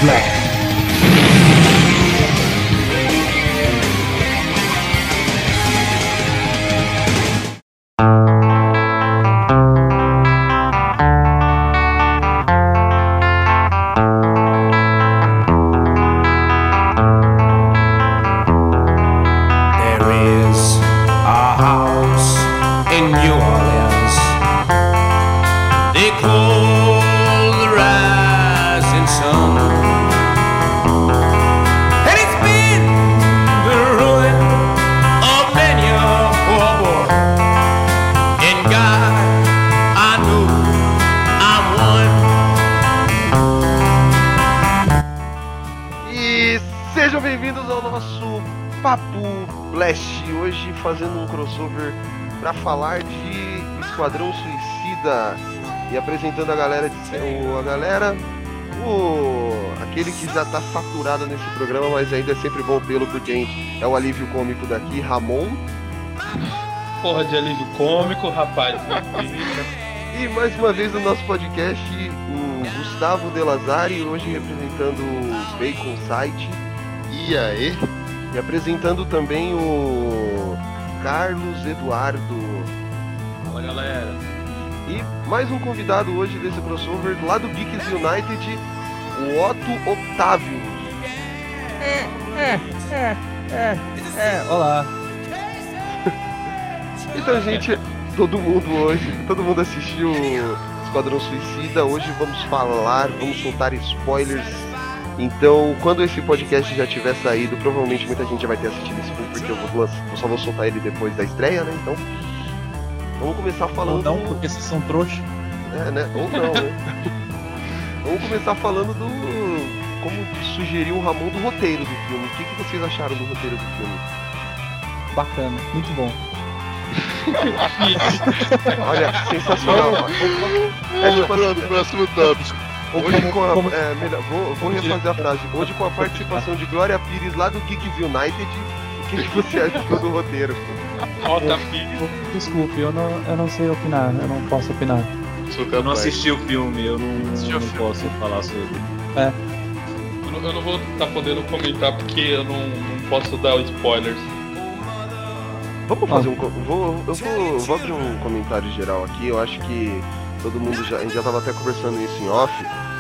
Black. Fazendo um crossover para falar de Esquadrão Suicida e apresentando a galera, aquele que já tá saturado nesse programa, mas ainda é sempre bom pelo porque é o alívio cômico daqui, Ramon. Porra de alívio cômico, rapaz. E mais uma vez no nosso podcast, o Gustavo De Lazari, hoje representando o Bacon Site. E aí? E apresentando também o Carlos Eduardo. Fala, galera. E mais um convidado hoje desse crossover lá do Geeks United, o Otto Octávio. Olá. Então, gente, todo mundo assistiu Esquadrão Suicida. Hoje vamos soltar spoilers. Então, quando esse podcast já tiver saído, provavelmente muita gente já vai ter assistido esse filme, porque eu só vou soltar ele depois da estreia, né? Então, vamos começar falando... Ou não, porque vocês são trouxa. É, né? Ou não, né? Vamos começar falando como sugeriu o Ramon do roteiro do filme. O que vocês acharam do roteiro do filme? Bacana, muito bom. Olha, sensacional. Próximo tópico. Hoje vou refazer a frase. Hoje com a participação de Glória Pires lá do Geeks United, o que você achou do roteiro? Desculpe, eu não sei opinar, eu não posso opinar. Eu não assisti o filme, eu não posso falar sobre. Eu não vou estar podendo comentar porque eu não posso dar spoilers. Vamos fazer vou abrir um comentário geral aqui. Eu acho que todo mundo a gente já tava até conversando isso em off.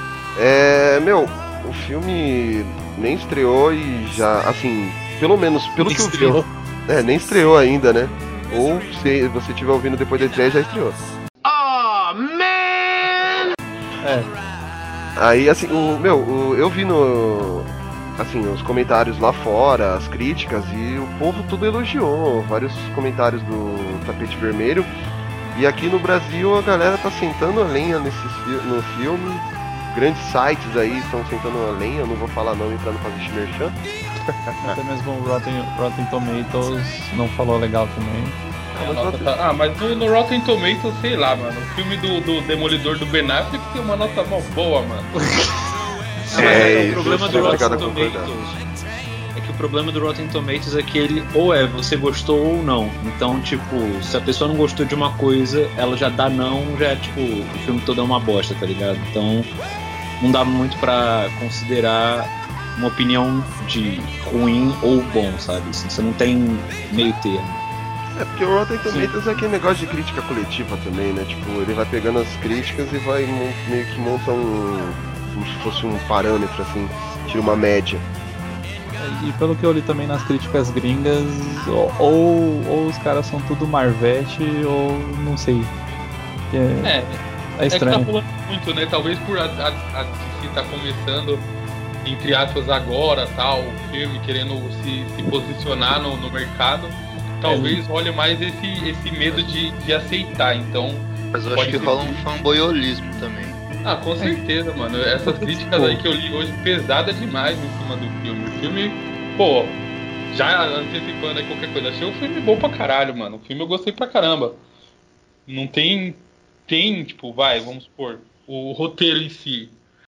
O filme nem estreou e já, assim, pelo menos pelo que eu vi. Nem estreou ainda, né? Ou se você estiver ouvindo depois da estreia, já estreou. Oh, man! Aí, assim, eu vi os comentários lá fora, as críticas, e o povo todo elogiou. Vários comentários do Tapete Vermelho. E aqui no Brasil a galera tá sentando a lenha no filme. Grandes sites aí estão sentando a lenha, eu não vou falar nome pra não fazer merchan. Até mesmo o Rotten Tomatoes não falou legal também. Mas no Rotten Tomatoes, sei lá, mano. O filme do Demolidor do Ben Affleck tem uma nota mal boa, mano. O problema do Rotten Tomatoes é que o problema do Rotten Tomatoes é que ele ou você gostou ou não. Então, tipo, se a pessoa não gostou de uma coisa, ela já dá não, já tipo, o filme todo é uma bosta, tá ligado? Então, não dá muito pra considerar uma opinião de ruim ou bom, sabe? Assim, você não tem meio termo. Porque o Rotten Tomatoes é aquele negócio de crítica coletiva também, né? Tipo, ele vai pegando as críticas e vai meio que monta como se fosse um parâmetro, assim, tira uma média. E pelo que eu li também nas críticas gringas, ou os caras são tudo Marvete, ou não sei. É estranho. É que tá pulando muito, né? Talvez por a DC tá começando, entre aspas, agora, tal, o filme, querendo se posicionar no mercado, talvez olhe mais esse medo de aceitar, então... Mas eu acho que rola um fanboyolismo também. Com certeza, mano. Essas críticas aí que eu li hoje, pesada demais em cima do filme. O filme, já antecipando aí qualquer coisa, achei o filme bom pra caralho, mano. O filme eu gostei pra caramba. Não tem, tipo, vamos supor, o roteiro em si.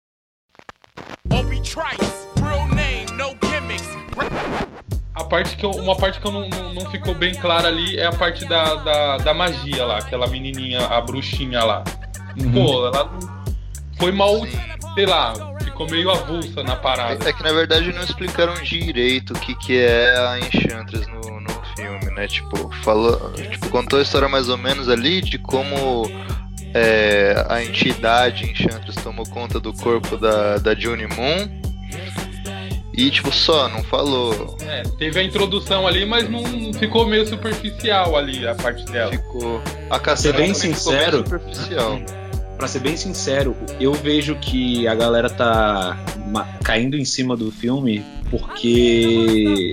Uma parte que eu não ficou bem clara ali é a parte da magia lá, aquela menininha, a bruxinha lá. Ela foi mal, sei lá, ficou meio avulsa na parada. É que na verdade não explicaram direito o que é a Enchantress no filme, né? Tipo, contou a história mais ou menos ali de como a entidade Enchantress tomou conta do corpo da Juni Moon. E tipo, não falou. Teve a introdução ali, mas não ficou meio superficial ali a parte dela. Ficou. A Cassandra bem sincero, ficou meio superficial. Pra ser bem sincero, eu vejo que a galera tá caindo em cima do filme porque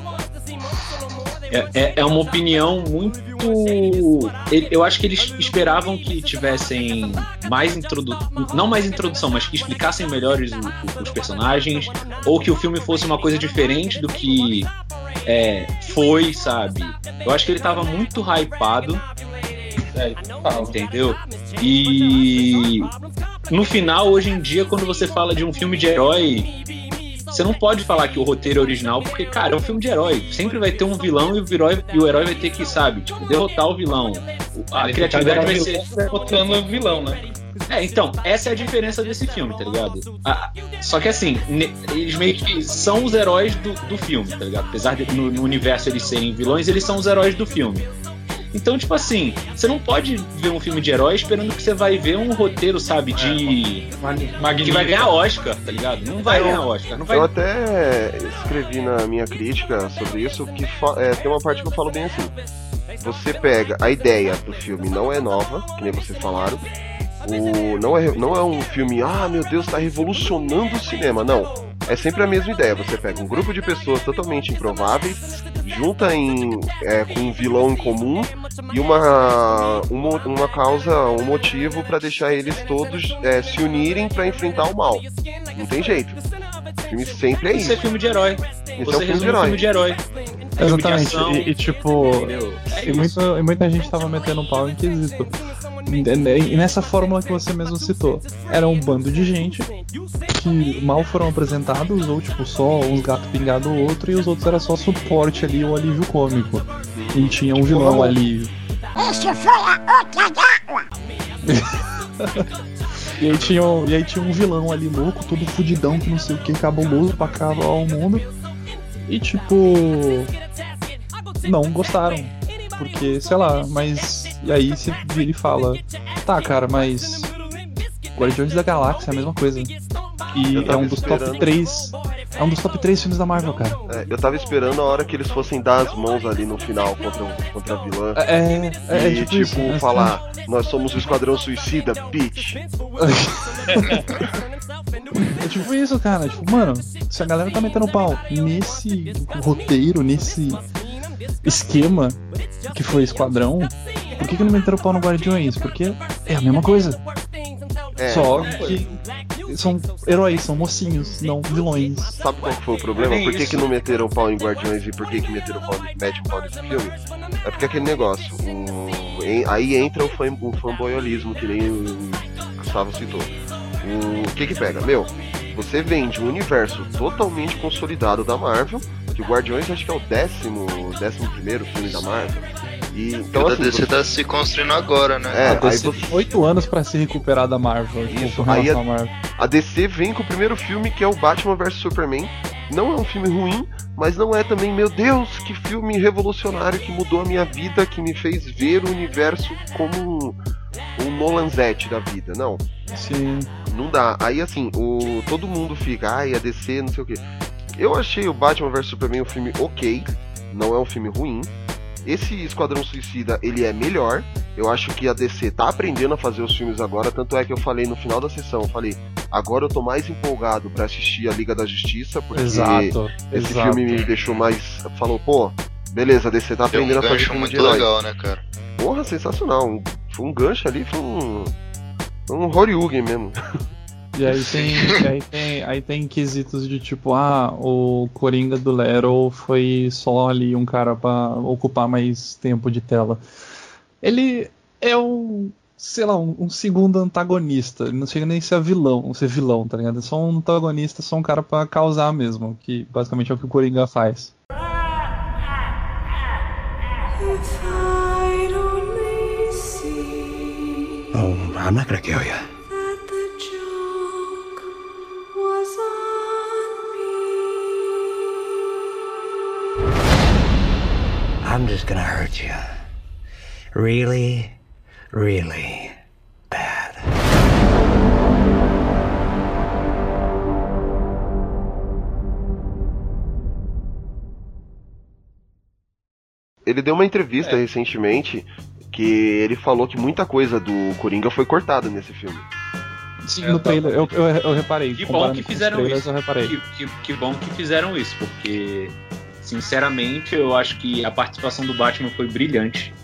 é uma opinião muito... Eu acho que eles esperavam que tivessem não mais introdução, mas que explicassem melhores os personagens, ou que o filme fosse uma coisa diferente do que foi, sabe? Eu acho que ele tava muito hypado, entendeu? E no final, hoje em dia, quando você fala de um filme de herói, você não pode falar que o roteiro é original, porque, cara, é um filme de herói. Sempre vai ter um vilão e o herói vai ter que, sabe, tipo, derrotar o vilão. A criatividade vai ser derrotando o vilão, né? Então, essa é a diferença desse filme, tá ligado? Só que assim, eles meio que são os heróis do filme, tá ligado? Apesar de no universo eles serem vilões, eles são os heróis do filme. Então, tipo assim, você não pode ver um filme de herói esperando que você vai ver um roteiro, sabe, que vai ganhar Oscar, tá ligado? Não vai ganhar Oscar. Não vai... Eu até escrevi na minha crítica sobre isso, que tem uma parte que eu falo bem assim. Você pega a ideia do filme, não é nova, que nem vocês falaram. Não é um filme, meu Deus, tá revolucionando o cinema. Não. É sempre a mesma ideia. Você pega um grupo de pessoas totalmente improváveis, junta com um vilão em comum e uma causa, um motivo pra deixar eles todos se unirem pra enfrentar o mal. Não tem jeito. O filme sempre é isso. Isso é filme de herói. Isso é um filme de herói. Exatamente. E tipo, muita gente tava metendo um pau em quesito. E nessa fórmula que você mesmo citou, era um bando de gente que mal foram apresentados, ou tipo, só uns gatos pingados ou outro, e os outros era só suporte ali, o alívio cômico. E tinha um vilão ali. Isso foi a outra água! E aí tinha um vilão ali louco, todo fudidão, que não sei o que, cabuloso pra acabar o mundo. E tipo, não gostaram. Porque, sei lá, mas... E aí você vira e fala, tá, cara, mas Guardiões da Galáxia é a mesma coisa. E é um dos top 3. É um dos top 3 filmes da Marvel, cara. Eu tava esperando a hora que eles fossem dar as mãos ali no final contra a vilã. E tipo isso, falar, nós somos o Esquadrão Suicida, bitch. É tipo isso, cara. Tipo, mano, se a galera tá metendo pau nesse roteiro, nesse esquema que foi Esquadrão, por que não meteram pau no Guardiões? Porque é a mesma coisa. Só que são heróis, são mocinhos, não vilões. Sabe qual foi o problema? Por que não meteram pau em Guardiões e por que meteram pau nesse filme? É porque aquele negócio, aí entra o fanboyolismo, que nem o Gustavo citou. O que pega? Você vende um universo totalmente consolidado da Marvel, que o Guardiões acho que é o 11º filme da Marvel. Então, assim, você tá se construindo agora, né? Aí você tem 8 anos pra se recuperar da Marvel. Isso, aí a DC vem com o primeiro filme, que é o Batman vs Superman. Não é um filme ruim, mas não é também, meu Deus, que filme revolucionário que mudou a minha vida, que me fez ver o universo como um Nolanzete da vida. Não. Sim. Não dá. Aí assim, todo mundo fica, a DC, não sei o que. Eu achei o Batman vs Superman um filme ok, não é um filme ruim. Esse Esquadrão Suicida, ele é melhor. Eu acho que a DC tá aprendendo a fazer os filmes agora. Tanto é que eu falei no final da sessão, eu falei, agora eu tô mais empolgado pra assistir a Liga da Justiça, porque esse filme me deixou mais... Falou, pô, beleza, a DC tá aprendendo a fazer filme muito de herói. Legal, né, cara? Porra, sensacional. Foi um gancho ali, foi um Horyugen mesmo. E aí tem quesitos de tipo, o Coringa do Lero foi só ali um cara pra ocupar mais tempo de tela. Ele é um segundo antagonista. Ele não chega nem a ser vilão, tá ligado? É só um antagonista, só um cara pra causar mesmo, que basicamente é o que o Coringa faz. Oh, I'm not gonna kill you. gonna hurt you. Really, really bad. Ele deu uma entrevista recentemente que ele falou que muita coisa do Coringa foi cortada nesse filme. Sim, no trailer, eu reparei. Que bom que fizeram isso. Eu reparei. Que bom que fizeram isso, porque, sinceramente, eu acho que a participação do Batman foi brilhante.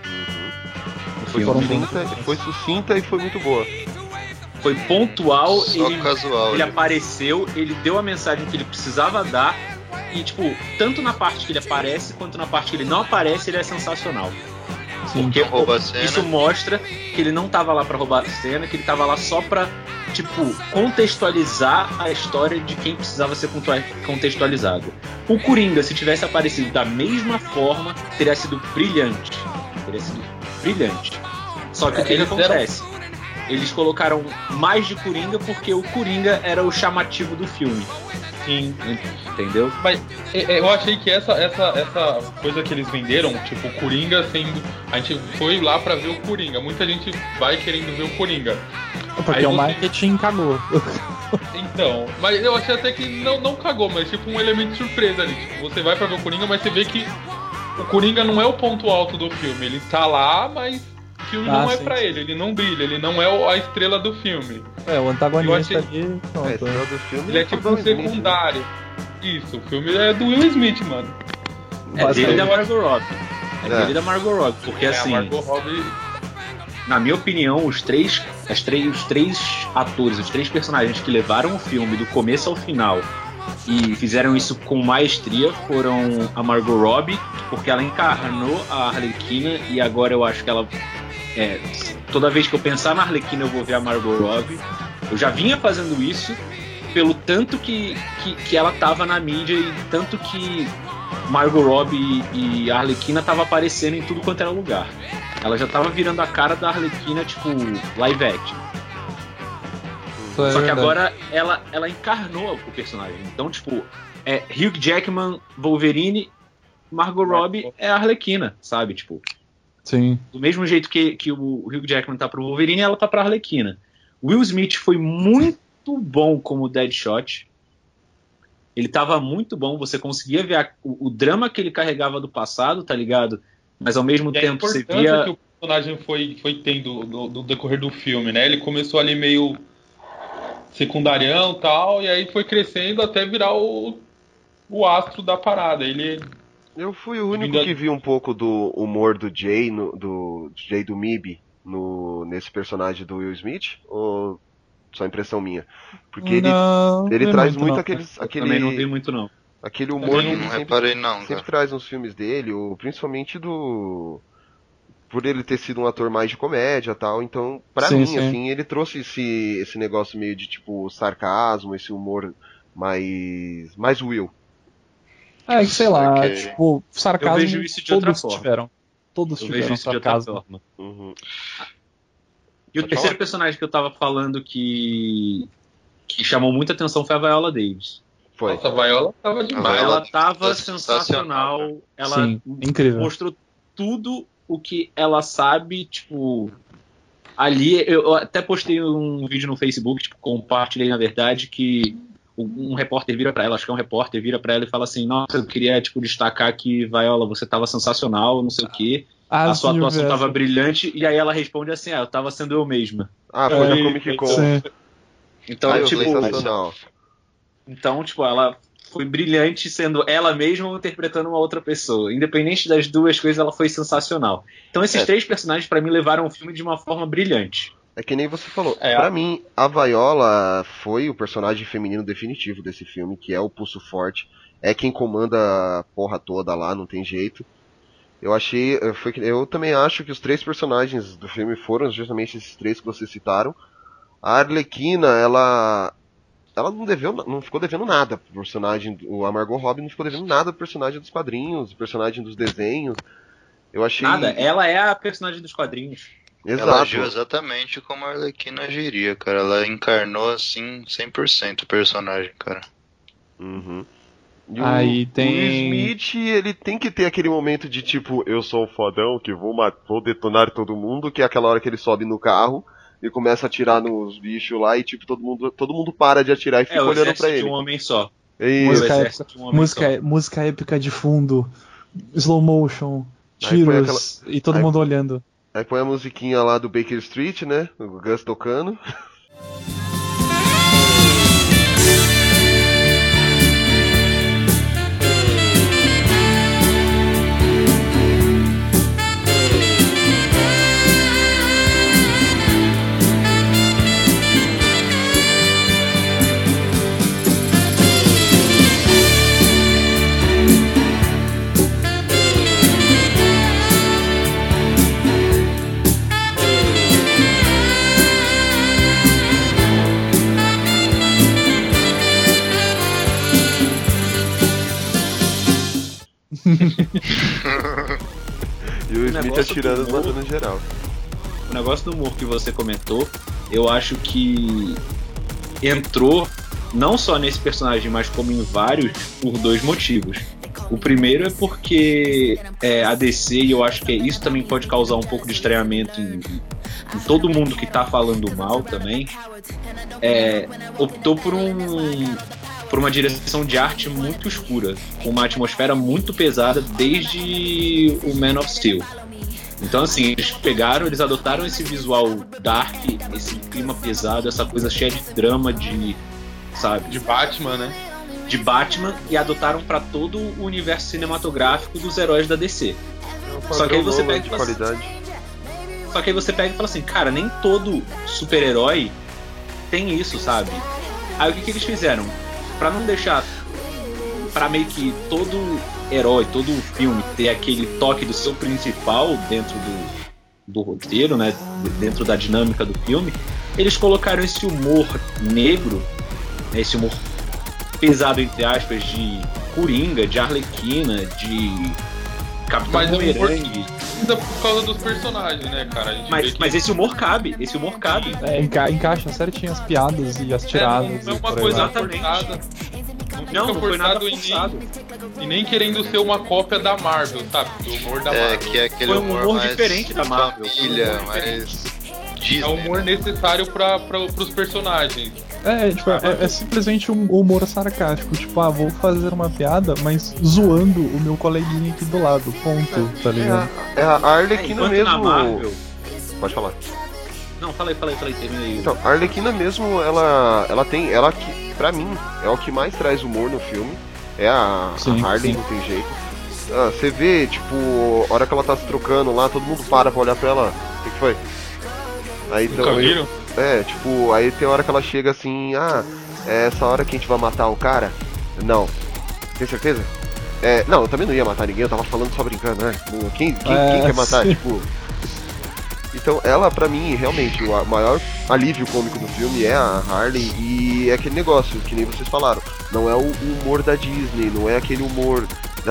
Foi sucinta e foi muito boa. Foi pontual, Só casual, ele apareceu, ele deu a mensagem que ele precisava dar. E, tipo, tanto na parte que ele aparece quanto na parte que ele não aparece, ele é sensacional. Sim, porque rouba a cena. Isso mostra que ele não tava lá pra roubar a cena, que ele tava lá só pra, tipo, contextualizar a história de quem precisava ser contextualizado. O Coringa, se tivesse aparecido da mesma forma, teria sido brilhante. Só que o que acontece? Eles colocaram mais de Coringa porque o Coringa era o chamativo do filme. Sim. Entendeu? Mas eu achei que essa coisa que eles venderam, tipo, o Coringa sendo... A gente foi lá pra ver o Coringa. Muita gente vai querendo ver o Coringa. Porque o marketing cagou. Então, mas eu achei até que não cagou, mas tipo um elemento de surpresa ali. Tipo, você vai pra ver o Coringa, mas você vê que o Coringa não é o ponto alto do filme. Ele tá lá, mas o filme não é pra ele não brilha, ele não é a estrela do filme. O antagonista ali, pronto. A estrela do filme ele é tipo um secundário. Isso, o filme é do Will Smith, mano. É dele da Margot Robbie. Dele da Margot Robbie, porque assim, a Margot Robbie... na minha opinião, os três atores, os três personagens que levaram o filme do começo ao final e fizeram isso com maestria foram a Margot Robbie, porque ela encarnou a Arlequina e agora eu acho que ela... toda vez que eu pensar na Arlequina eu vou ver a Margot Robbie. Eu já vinha fazendo isso pelo tanto que ela tava na mídia e tanto que Margot Robbie e a Arlequina tava aparecendo em tudo quanto era lugar. Ela já tava virando a cara da Arlequina, tipo, live action. Só que agora ela encarnou o personagem. Então, tipo, Hugh Jackman, Wolverine, Margot Robbie é a Arlequina, sabe? Tipo, sim. Do mesmo jeito que o Hugh Jackman tá pro Wolverine, ela tá pra Arlequina. Will Smith foi muito bom como Deadshot. Ele tava muito bom, você conseguia ver o drama que ele carregava do passado, tá ligado? Mas ao mesmo tempo você via... que o personagem foi tendo no decorrer do filme, né? Ele começou ali meio secundarião e tal, e aí foi crescendo até virar o astro da parada. Eu fui o único que vi um pouco do humor do Jay, do Jay do MIB, nesse personagem do Will Smith, ou só impressão minha? Porque ele traz muito aquele... Também não vi muito, não. Aquele humor que não reparei, não, sempre traz nos filmes dele, principalmente por ele ter sido um ator mais de comédia e tal, então, pra mim, assim, ele trouxe esse negócio meio de, tipo, sarcasmo, esse humor mais Will. Sei lá, tipo, sarcasmo, eu vejo isso de outra forma. Todos tiveram sarcasmo. Uhum. E o terceiro personagem que eu tava falando que chamou muita atenção foi a Viola Davis. Foi. Nossa, a Viola tava demais. Ela tava sensacional. Ela incrível. Mostrou tudo o que ela sabe, tipo... Ali, eu até postei um vídeo no Facebook, tipo, compartilhei, na verdade, que um repórter vira pra ela, acho que é um repórter, vira pra ela e fala assim, nossa, eu queria, tipo, destacar que, Viola, você tava sensacional, não sei o quê. A sua atuação tava brilhante, e aí ela responde assim, eu tava sendo eu mesma. Foi na Comic Con. Então, tipo... sensacional. Então, tipo, ela foi brilhante sendo ela mesma ou interpretando uma outra pessoa. Independente das duas coisas, ela foi sensacional. Então esses três personagens, pra mim, levaram o filme de uma forma brilhante. É que nem você falou. Pra mim, a Viola foi o personagem feminino definitivo desse filme, que é o pulso forte. É quem comanda a porra toda lá, não tem jeito. Eu também acho que os três personagens do filme foram justamente esses três que vocês citaram. A Arlequina, ela não ficou devendo nada pro personagem. A Margot Robbie não ficou devendo nada pro personagem dos quadrinhos, do personagem dos desenhos. Eu achei... Nada, ela é a personagem dos quadrinhos. Exato. Ela agiu exatamente como a Arlequina agiria, cara. Ela encarnou, assim, 100% o personagem, cara. Uhum. E Aí tem... o Smith, ele tem que ter aquele momento de tipo, eu sou o fodão que vou detonar todo mundo, que é aquela hora que ele sobe no carro e começa a atirar nos bichos lá e tipo, todo mundo para de atirar e fica olhando pra ele. De um homem só. Música épica de fundo, slow motion, tiros e todo mundo olhando. Aí põe a musiquinha lá do Baker Street, né? O Gus tocando. E o Smith atirando, matando geral. O negócio do humor que você comentou, eu acho que entrou não só nesse personagem, mas como em vários, por dois motivos. O primeiro é porque a DC, e eu acho que isso também pode causar um pouco de estranhamento em todo mundo que tá falando mal também, optou por uma direção de arte muito escura, com uma atmosfera muito pesada desde o Man of Steel. Então assim, eles adotaram esse visual dark, esse clima pesado, essa coisa cheia de drama, de Batman, né? De Batman, e adotaram para todo o universo cinematográfico dos heróis da DC. Só que aí você pega e fala assim, cara, nem todo super-herói tem isso, sabe? Aí o que eles fizeram? Pra não deixar, pra meio que todo herói, todo filme ter aquele toque do seu principal dentro do roteiro, né, dentro da dinâmica do filme, eles colocaram esse humor negro, né, esse humor pesado, entre aspas, de Coringa, de Arlequina, de Capitão Boomerang. Ainda por causa dos personagens, né, cara? Mas esse humor cabe. Encaixa certinho as piadas e as tiradas. Não é uma coisa forçada. Não foi nada forçado. E nem querendo ser uma cópia da Marvel, sabe? Do humor da Marvel. Que é aquele foi um humor mais diferente da Marvel. Família, mas Disney, é o humor necessário pros personagens. É simplesmente um humor sarcástico. Tipo, vou fazer uma piada, mas zoando o meu coleguinha aqui do lado. Ponto, tá ligado? É a Arlequina mesmo. Na Marvel... Pode falar. Não, falei, termina aí. Então, a Arlequina mesmo, ela que, pra mim, é o que mais traz humor no filme. É a Harley, não tem jeito. Você vê, tipo, a hora que ela tá se trocando lá, todo mundo para pra olhar pra ela. O que foi? Aí nunca viram? Tipo, aí tem hora que ela chega assim, é essa hora que a gente vai matar o cara? Não. Tem certeza? Não, eu também não ia matar ninguém, eu tava falando só brincando, né? Quem quer matar? Sim. Tipo. Então ela, pra mim, realmente, o maior alívio cômico do filme é a Harley, e é aquele negócio, que nem vocês falaram, não é o humor da Disney, não é aquele humor...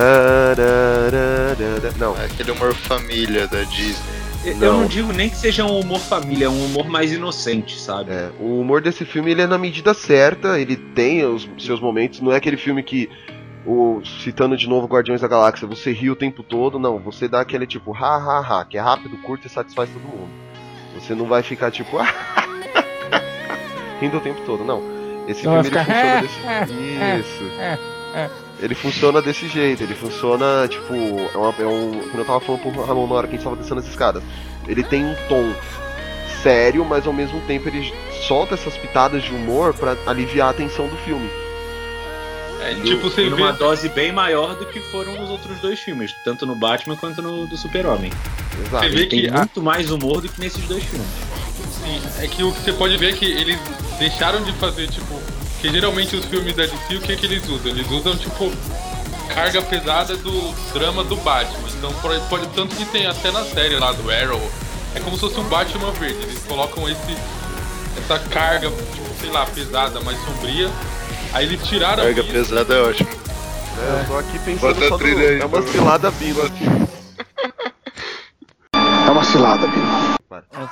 Não. É aquele humor família da Disney. Eu não digo nem que seja um humor família, é um humor mais inocente, sabe? O humor desse filme, ele é na medida certa, ele tem os seus momentos, não é aquele filme que, citando de novo Guardiões da Galáxia, você ri o tempo todo, não, você dá aquele tipo, que é rápido, curto e satisfaz todo mundo. Você não vai ficar tipo, rindo o tempo todo, não. Esse filme, ele funciona desse... Ele funciona desse jeito, ele funciona, tipo, quando eu tava falando pro Ramon na hora que a gente tava descendo as escadas, ele tem um tom sério, mas ao mesmo tempo ele solta essas pitadas de humor pra aliviar a tensão do filme. Tipo, você numa dose bem maior do que foram os outros dois filmes, tanto no Batman quanto no do Super-Homem. Exato. Ele tem muito mais humor do que nesses dois filmes. Sim, é que o que você pode ver é que eles deixaram de fazer, tipo... Porque geralmente os filmes da DC, o que eles usam? Eles usam, tipo, carga pesada do drama do Batman. Então, pode tanto que tem até na série lá do Arrow, é como se fosse um Batman verde. Eles colocam essa carga, tipo, sei lá, pesada, mais sombria. Aí eles tiraram carga pesada é ótimo. Eu tô aqui pensando só é uma cilada vindo aqui. É uma cilada, Bino.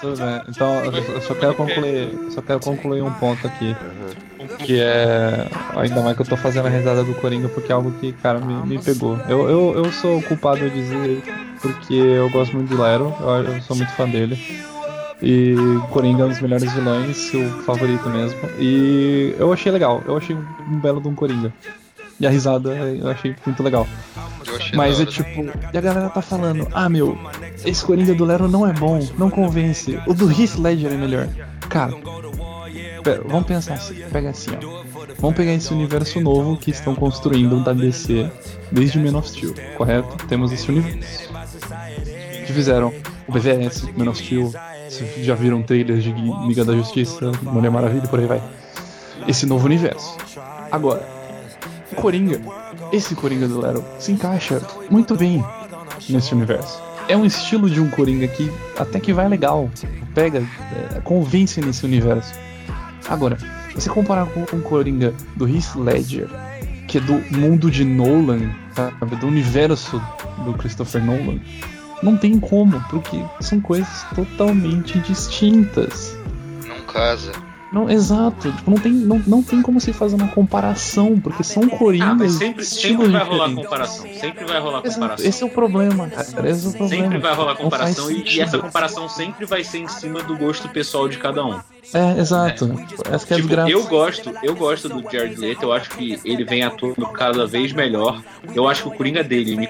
Tudo bem. Então, eu só quero concluir um ponto aqui. Que é. Ainda mais que eu tô fazendo a risada do Coringa, porque é algo que, cara, me pegou. Eu sou culpado de dizer, porque eu gosto muito do Lero, eu sou muito fã dele. E Coringa é um dos melhores vilões, o favorito mesmo. E eu achei legal, eu achei um belo de um Coringa. E a risada eu achei muito legal. Mas é tipo, e a galera tá falando, meu, esse Coringa do Lero não é bom, não convence. O do Heath Ledger é melhor. Cara, vamos pensar assim, pega assim, ó. Vamos pegar esse universo novo que estão construindo da DC desde Man of Steel, correto? Temos esse universo. Que fizeram o BVS, Man of Steel, vocês já viram trailers de Liga da Justiça, Mulher Maravilha, por aí vai. Esse novo universo. Agora, Coringa, esse Coringa do Lero se encaixa muito bem nesse universo. É um estilo de um Coringa que até que vai legal, pega, convence nesse universo. Agora, você comparar com o Coringa do Heath Ledger, que é do mundo de Nolan, sabe, do universo do Christopher Nolan, não tem como, porque são coisas totalmente distintas. Não casa. Não, exato, tipo, não tem como se fazer uma comparação, porque são Coringas. Mas sempre vai rolar comparação. Sempre vai rolar comparação. Esse é o problema, cara. Esse é o problema. Sempre vai rolar comparação e essa comparação sempre vai ser em cima do gosto pessoal de cada um. Exato. Essa que é a desgraça. Eu gosto do Jared Leto, eu acho que ele vem atuando cada vez melhor. Eu acho que o Coringa dele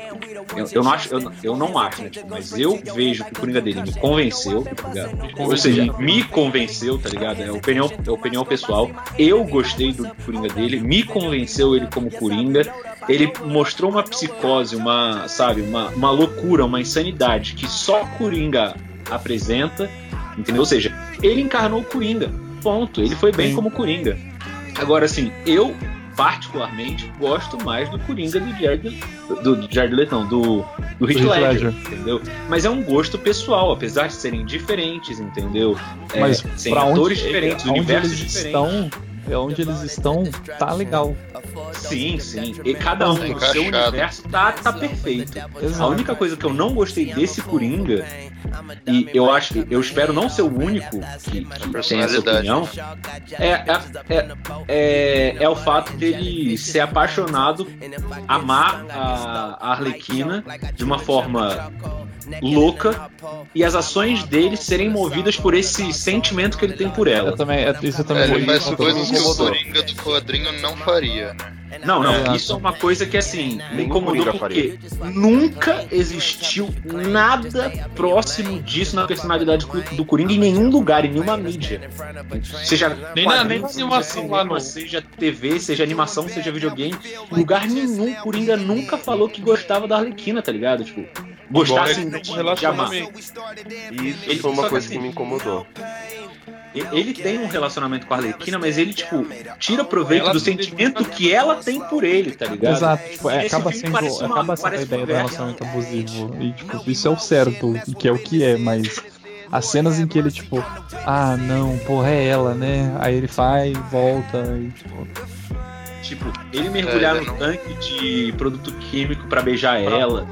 eu não acho, né? Mas eu vejo que o Coringa dele me convenceu, tá ligado? Ou seja, me convenceu, tá ligado? É opinião pessoal. Eu gostei do Coringa dele, me convenceu ele como Coringa. Ele mostrou uma psicose, uma loucura, uma insanidade que só Coringa apresenta, entendeu? Ou seja, ele encarnou o Coringa, ponto. Ele foi bem como Coringa. Agora, assim, eu particularmente gosto mais do Coringa do Jared Leto, não, do Heath Ledger, entendeu? Mas é um gosto pessoal, apesar de serem diferentes, entendeu? Mas sem atores diferentes, universos diferentes. Onde eles estão, tá legal. Sim. E cada um no seu universo tá perfeito. Exato. A única coisa que eu não gostei desse Coringa, e eu espero não ser o único que tem essa opinião, é o fato dele ser apaixonado, amar a Arlequina de uma forma louca e as ações dele serem movidas por esse sentimento que ele tem por ela. Isso também ele faz coisas que o Coringa do quadrinho não faria, né? Não, isso é uma coisa que, assim, me incomodou porque nunca existiu nada próximo disso na personalidade do Coringa em nenhum lugar, em nenhuma mídia. Seja nem na animação lá, não. Seja TV, seja animação, seja videogame, lugar nenhum, Coringa nunca falou que gostava da Arlequina, tá ligado? Tipo, gostar assim de amar. Isso foi uma coisa que me incomodou. Ele tem um relacionamento com a Arlequina, mas ele, tipo, tira proveito do sentimento que ela tem por ele, tá ligado? Exato, tipo, acaba sendo a ideia do relacionamento abusivo. E, tipo, isso é o certo, que é o que é, mas as cenas em que ele, tipo, não, porra, é ela, né? Aí ele faz, volta e, tipo, ele mergulhar no tanque de produto químico pra beijar ela.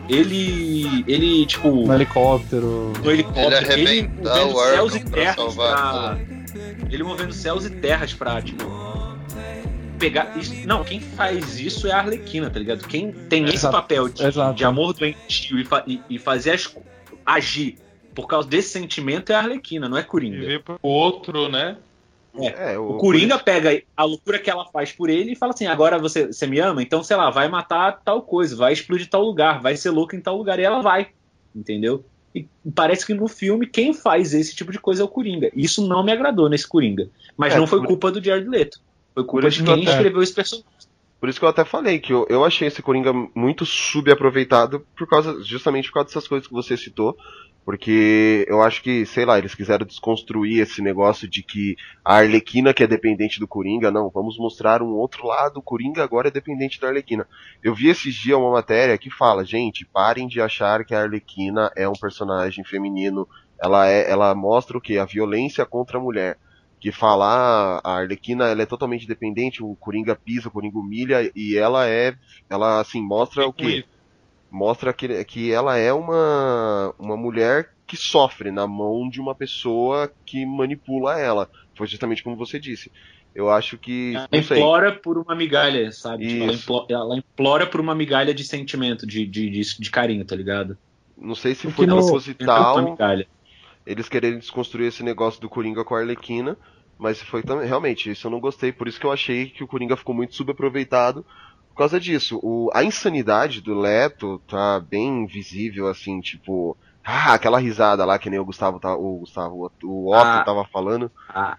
Ele tipo. No helicóptero. Ele movendo céus e terras pra. Ele movendo céus e terras pra, tipo. Pegar. Não, quem faz isso é a Arlequina, tá ligado? Quem tem esse papel de amor doentio e fazer agir por causa desse sentimento é a Arlequina, não é Coringa. E ver pro outro, né? O Coringa pega a loucura que ela faz por ele e fala assim, agora você me ama? Então, sei lá, vai matar tal coisa, vai explodir tal lugar, vai ser louca em tal lugar, e ela vai, entendeu? E parece que no filme quem faz esse tipo de coisa é o Coringa. Isso não me agradou nesse Coringa, mas não foi culpa do Jared Leto, foi culpa de quem escreveu esse personagem. Por isso que eu até falei que eu achei esse Coringa muito subaproveitado justamente por causa dessas coisas que você citou. Porque eu acho que, sei lá, eles quiseram desconstruir esse negócio de que a Arlequina que é dependente do Coringa, não, vamos mostrar um outro lado, o Coringa agora é dependente da Arlequina. Eu vi esses dias uma matéria que fala, gente, parem de achar que a Arlequina é um personagem feminino, ela mostra o quê? A violência contra a mulher. Que fala, a Arlequina ela é totalmente dependente, o Coringa pisa, o Coringa humilha, e ela assim, mostra o quê? Mostra que ela é uma mulher que sofre na mão de uma pessoa que manipula ela. Foi justamente como você disse. Eu acho que... Ela implora por uma migalha, sabe? Tipo, ela implora por uma migalha de sentimento, de carinho, tá ligado? Não sei se foi proposital eles quererem desconstruir esse negócio do Coringa com a Arlequina, mas foi também, realmente, isso eu não gostei, por isso que eu achei que o Coringa ficou muito subaproveitado por causa disso. A insanidade do Leto tá bem visível, assim, tipo... aquela risada lá que nem o Otto tava falando.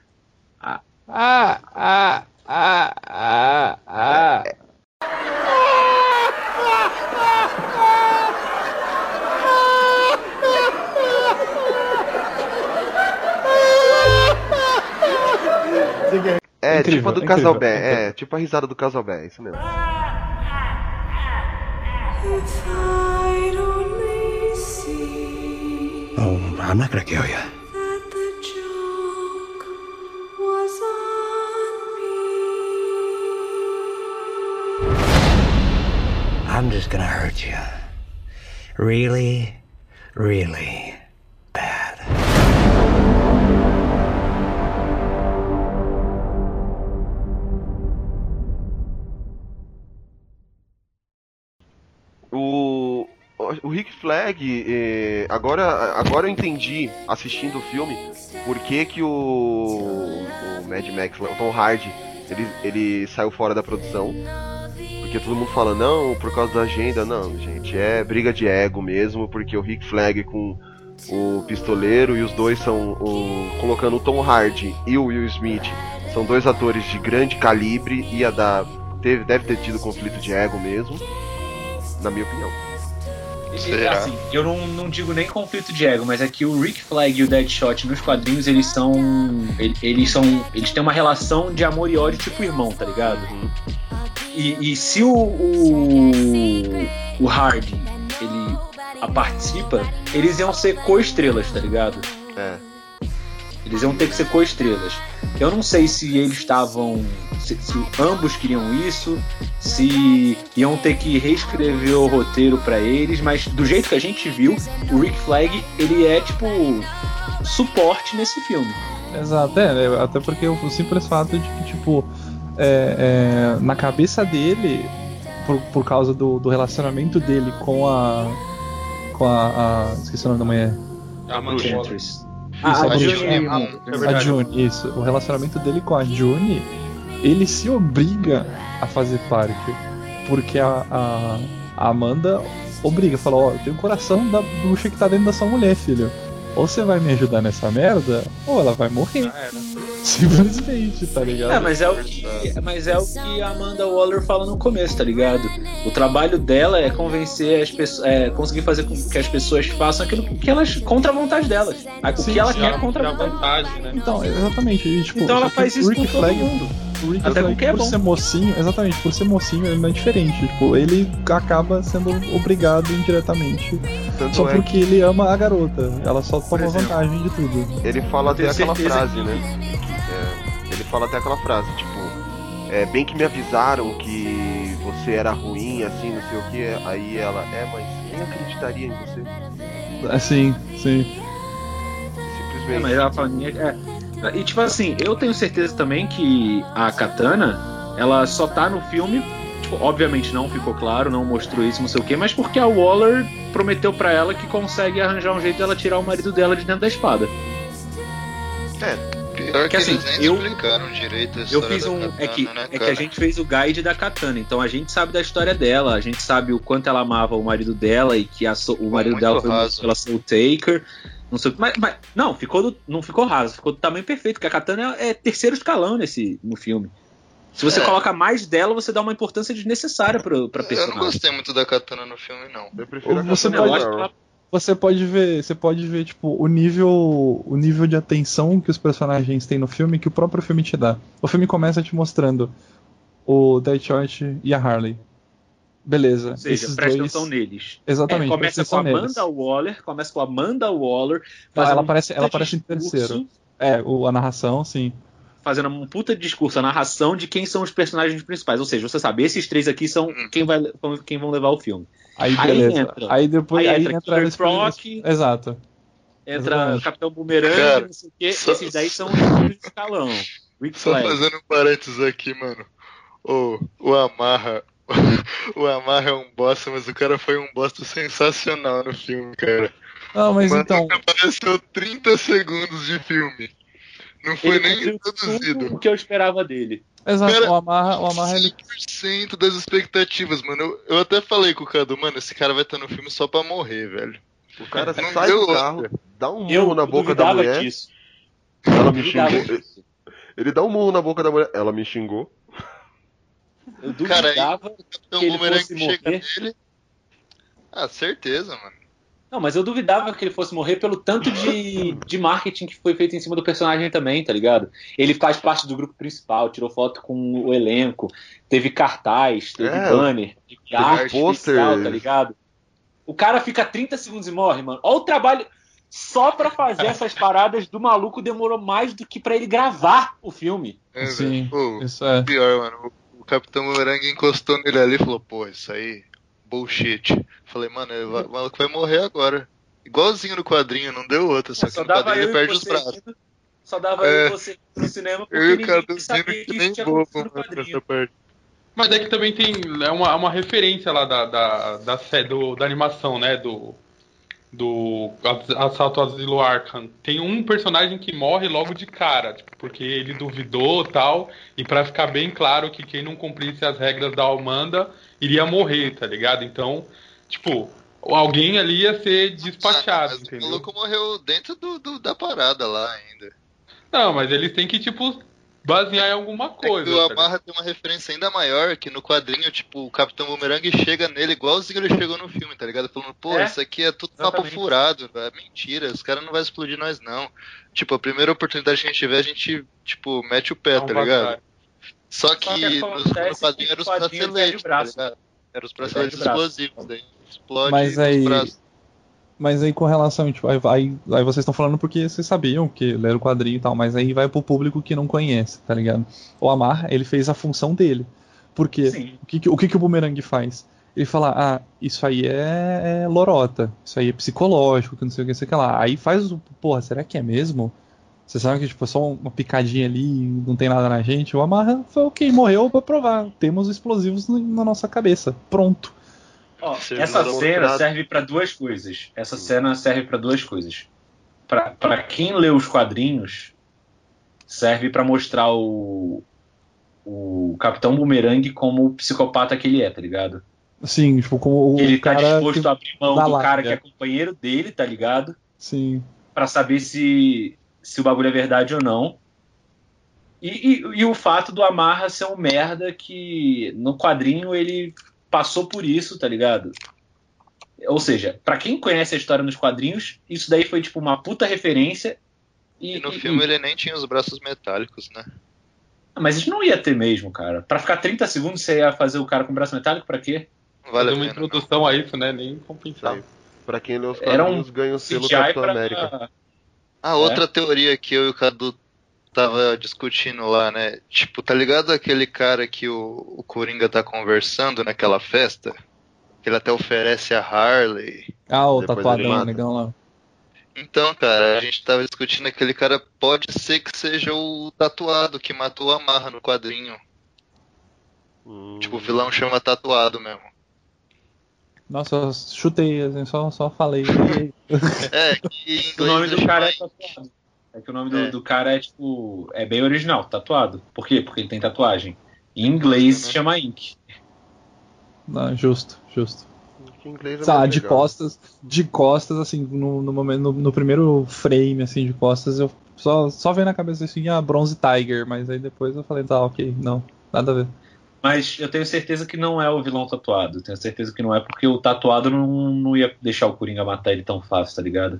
É, incrível, tipo a do Casalbé, tipo a risada do Casalbé, isso mesmo. Oh, I'm not gonna kill you. I'm just gonna hurt you. Really, really bad. O Rick Flag, agora eu entendi, assistindo o filme, por que o Mad Max, o Tom Hardy, ele saiu fora da produção. Porque todo mundo fala, não, por causa da agenda. Não, gente, é briga de ego mesmo, porque o Rick Flag com o Pistoleiro, e os dois são, colocando o Tom Hardy e o Will Smith, são dois atores de grande calibre, deve ter tido conflito de ego mesmo, na minha opinião. Assim, eu não digo nem conflito de ego, mas é que o Rick Flag e o Deadshot nos quadrinhos, eles têm uma relação de amor e ódio tipo irmão, tá ligado? E se o Hardy ele participa, eles iam ser co-estrelas, tá ligado? Eles iam ter que ser co-estrelas. Eu não sei se eles estavam... Se ambos queriam isso, se iam ter que reescrever o roteiro pra eles, mas do jeito que a gente viu, o Rick Flag, ele é, tipo, suporte nesse filme. Exato, até porque o simples fato de que, tipo, na cabeça dele, por causa do relacionamento dele com a esqueci o nome da mulher. Amanda Waller. A June, isso. O relacionamento dele com a June, ele se obriga a fazer parte. Porque a Amanda obriga, fala, eu tenho o coração da bruxa que tá dentro da sua mulher, filho. Ou você vai me ajudar nessa merda, ou ela vai morrer. Simplesmente, tá ligado? Mas é o que a Amanda Waller fala no começo, tá ligado? O trabalho dela é convencer as pessoas, conseguir fazer com que as pessoas façam aquilo que elas, contra a vontade delas. O que ela quer contra a vontade, né? Então, exatamente. E, tipo, então ela faz isso com todo mundo. Até com quem é bom. Por ser mocinho, exatamente, por ser mocinho, ele não é diferente. Tipo, ele acaba sendo obrigado indiretamente. Só porque ele ama a garota. Ela só toma vantagem de tudo. Ele fala até aquela frase, né? Ele fala até aquela frase, tipo, bem que me avisaram que você era ruim, assim, não sei o que. Aí ela, mas nem acreditaria em você. Sim. Simplesmente. Mas ela fala, e tipo assim, eu tenho certeza também que a Katana, ela só tá no filme, tipo, obviamente não ficou claro, não mostrou isso, não sei o que, mas porque a Waller prometeu pra ela que consegue arranjar um jeito dela tirar o marido dela de dentro da espada. Pior que assim, eles nem explicaram direito a história eu fiz da Katana, que a gente fez o guide da Katana, então a gente sabe da história dela, a gente sabe o quanto ela amava o marido dela e que o marido dela foi pela Soul Taker. Não sei, mas não ficou raso, ficou do tamanho perfeito, porque a Katana é terceiro escalão no filme. Se você coloca mais dela, você dá uma importância desnecessária pra personagem. Eu não gostei muito da Katana no filme, não. Eu prefiro Você pode ver, tipo, o nível de atenção que os personagens têm no filme, que o próprio filme te dá. O filme começa te mostrando o Deadshot e a Harley. Beleza. Ou seja, esses presta dois... atenção neles. Exatamente. Começa com a Amanda Waller. Ela aparece em terceiro. A narração, sim. Fazendo um puta discurso, a narração de quem são os personagens principais. Ou seja, você sabe, esses três aqui são quem vão levar o filme. Aí beleza. Aí depois entra Killer Croc. Exato. entra Capitão Boomerang, não sei o quê. Esses daí são os filhos de escalão. Só fazendo um parênteses aqui, mano. O Amarra. O Amarra é um bosta, mas o cara foi um bosta sensacional no filme, cara. Não, mas então. Apareceu 30 segundos de filme. Não foi nem introduzido. O que eu esperava dele. Exato, cara, o Amarra ele. 100% das expectativas, mano. Eu até falei com o Cadu, mano, esse cara vai estar no filme só pra morrer, velho. O cara sai do carro, dá um murro na boca da mulher. Disso. Ela me xingou. Ele dá um murro na boca da mulher, ela me xingou. Eu duvidava que ele fosse morrer. Nele. Ah, certeza, mano. Não, mas eu duvidava que ele fosse morrer pelo tanto de marketing que foi feito em cima do personagem também, tá ligado? Ele faz parte do grupo principal, tirou foto com o elenco, teve cartaz, teve banner, teve arte especial, tá ligado? O cara fica 30 segundos e morre, mano. Olha o trabalho. Só pra fazer essas paradas do maluco demorou mais do que pra ele gravar o filme. Sim, pô, isso é. Pior, mano. O Capitão Boomerang encostou nele ali e falou, pô, isso aí... bullshit. Falei, mano, o maluco vai morrer agora. Igualzinho no quadrinho, não deu outra. Só que no quadrinho ele perde os braços. Só dava eu e você no cinema porque eu ninguém sabia que isso tinha acontecido no quadrinho. Mas é que também tem uma referência lá da animação, né? Do Assalto ao Asilo Arkham. Tem um personagem que morre logo de cara, tipo, porque ele duvidou e tal, e pra ficar bem claro que quem não cumprisse as regras da Amanda iria morrer, tá ligado? Então, tipo, alguém ali ia ser despachado, mas entendeu? O maluco morreu dentro da parada lá ainda. Não, mas eles têm que, tipo, basear em alguma coisa. O Amarra tem uma referência ainda maior, que no quadrinho, tipo, o Capitão Boomerang chega nele igualzinho ele chegou no filme, tá ligado? Falando, pô, isso aqui é tudo papo furado, é mentira, os caras não vão explodir nós não. Tipo, a primeira oportunidade que a gente tiver, a gente, tipo, mete o pé, tá ligado? Só que no quadrinho eram os braceletes, tá ligado? Eram os braceletes explosivos, daí explode os braços. Mas aí com relação, tipo, aí vocês estão falando porque vocês sabiam que leram o quadrinho e tal, mas aí vai pro público que não conhece, tá ligado? O Amarra, ele fez a função dele. Porque o que o Boomerang faz? Ele fala, isso aí é lorota, isso aí é psicológico, que não sei o que, sei lá. Aí faz o, porra, será que é mesmo? Você sabe que tipo, é só uma picadinha ali, não tem nada na gente? O Amarra foi ok, morreu pra provar. Temos explosivos na nossa cabeça. Pronto. Essa cena serve pra duas coisas. Pra quem lê os quadrinhos, serve pra mostrar o Capitão Boomerang como o psicopata que ele é, tá ligado? Sim, tipo, como ele tá disposto a abrir mão do cara que é companheiro dele, tá ligado? Sim. Pra saber se o bagulho é verdade ou não. E o fato do Amarra ser um merda que no quadrinho ele passou por isso, tá ligado? Ou seja, pra quem conhece a história nos quadrinhos, isso daí foi tipo uma puta referência. E no filme ele nem tinha os braços metálicos, né? Mas isso não ia ter mesmo, cara. Pra ficar 30 segundos você ia fazer o cara com braço metálico, pra quê? Vale uma introdução a isso, né? Nem compensar. Pra quem lê os quadrinhos ganha o selo Capitão América. Outra teoria que eu e o Cadu tava discutindo lá, né? Tipo, tá ligado aquele cara que o Coringa tá conversando naquela festa? Que ele até oferece a Harley. O tatuadão, negão lá. Então, cara, a gente tava discutindo aquele cara, pode ser que seja o tatuado que matou o Amarra no quadrinho. Tipo, o vilão chama tatuado mesmo. Nossa, eu chutei, assim, só falei. Que o nome do cara é tatuado. É que o nome do cara é tipo. É bem original, tatuado. Por quê? Porque ele tem tatuagem. Em inglês se chama Ink. Não, justo. Inglês de costas, assim, no primeiro frame, assim, de costas, eu só veio na cabeça assim, Bronze Tiger, mas aí depois eu falei, ok, não, nada a ver. Mas eu tenho certeza que não é o vilão tatuado. Tenho certeza que não é, porque o tatuado não ia deixar o Coringa matar ele tão fácil, tá ligado?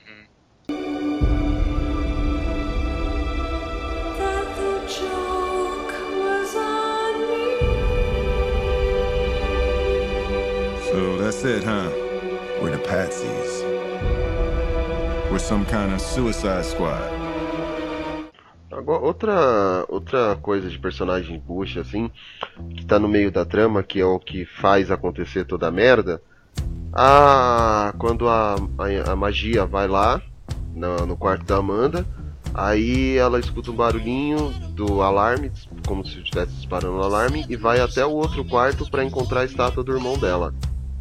So that's it, huh? We're the patsies. We're some kind of suicide squad. Agora, outra coisa de personagem bucha, assim, que tá no meio da trama, que é o que faz acontecer toda a merda. Quando a magia vai lá no quarto da Amanda. Aí ela escuta um barulhinho do alarme, como se estivesse disparando o alarme, e vai até o outro quarto pra encontrar a estátua do irmão dela.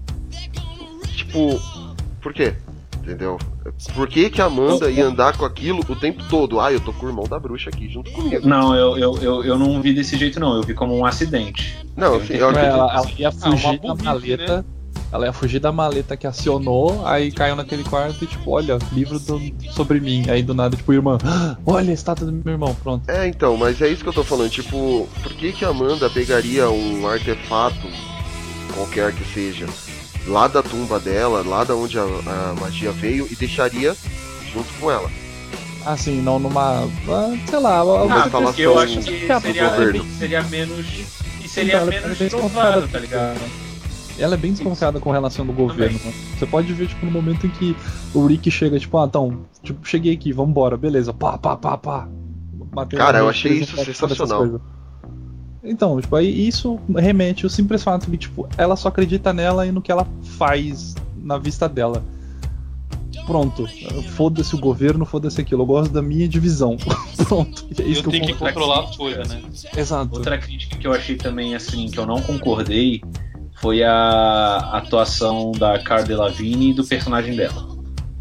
Tipo, por quê? Entendeu? Por que que a Amanda ia andar com aquilo o tempo todo? Ah, eu tô com o irmão da bruxa aqui junto comigo. Não, eu não vi desse jeito não, eu vi como um acidente. Não, assim, ela ia fugir da burrice, maleta. né? Ela ia fugir da maleta que acionou, aí caiu naquele quarto e tipo, olha, livro sobre mim. Aí do nada, tipo, irmã, olha a estátua do meu irmão, pronto. então, mas é isso que eu tô falando, tipo, por que que a Amanda pegaria um artefato, qualquer que seja, lá da tumba dela, lá da onde a magia veio, e deixaria junto com ela? Assim, não numa, sei lá, uma instalação eu acho que do governo. seria menos... E seria menos provado, tá ligado? Ela é bem desconfiada com relação do governo. Né? Você pode ver, tipo, no momento em que o Rick chega, tipo, então, tipo, cheguei aqui, vambora, beleza, pá. Cara, eu achei isso sensacional. Então, tipo, aí isso remete ao simples fato que, tipo, ela só acredita nela e no que ela faz na vista dela. Pronto, foda-se o governo, foda-se aquilo, eu gosto da minha divisão. Pronto, é isso eu tenho que controlar as coisas, né? Exato. Outra crítica que eu achei também, assim, que eu não concordei, foi a atuação da Cara Delevingne e do personagem dela.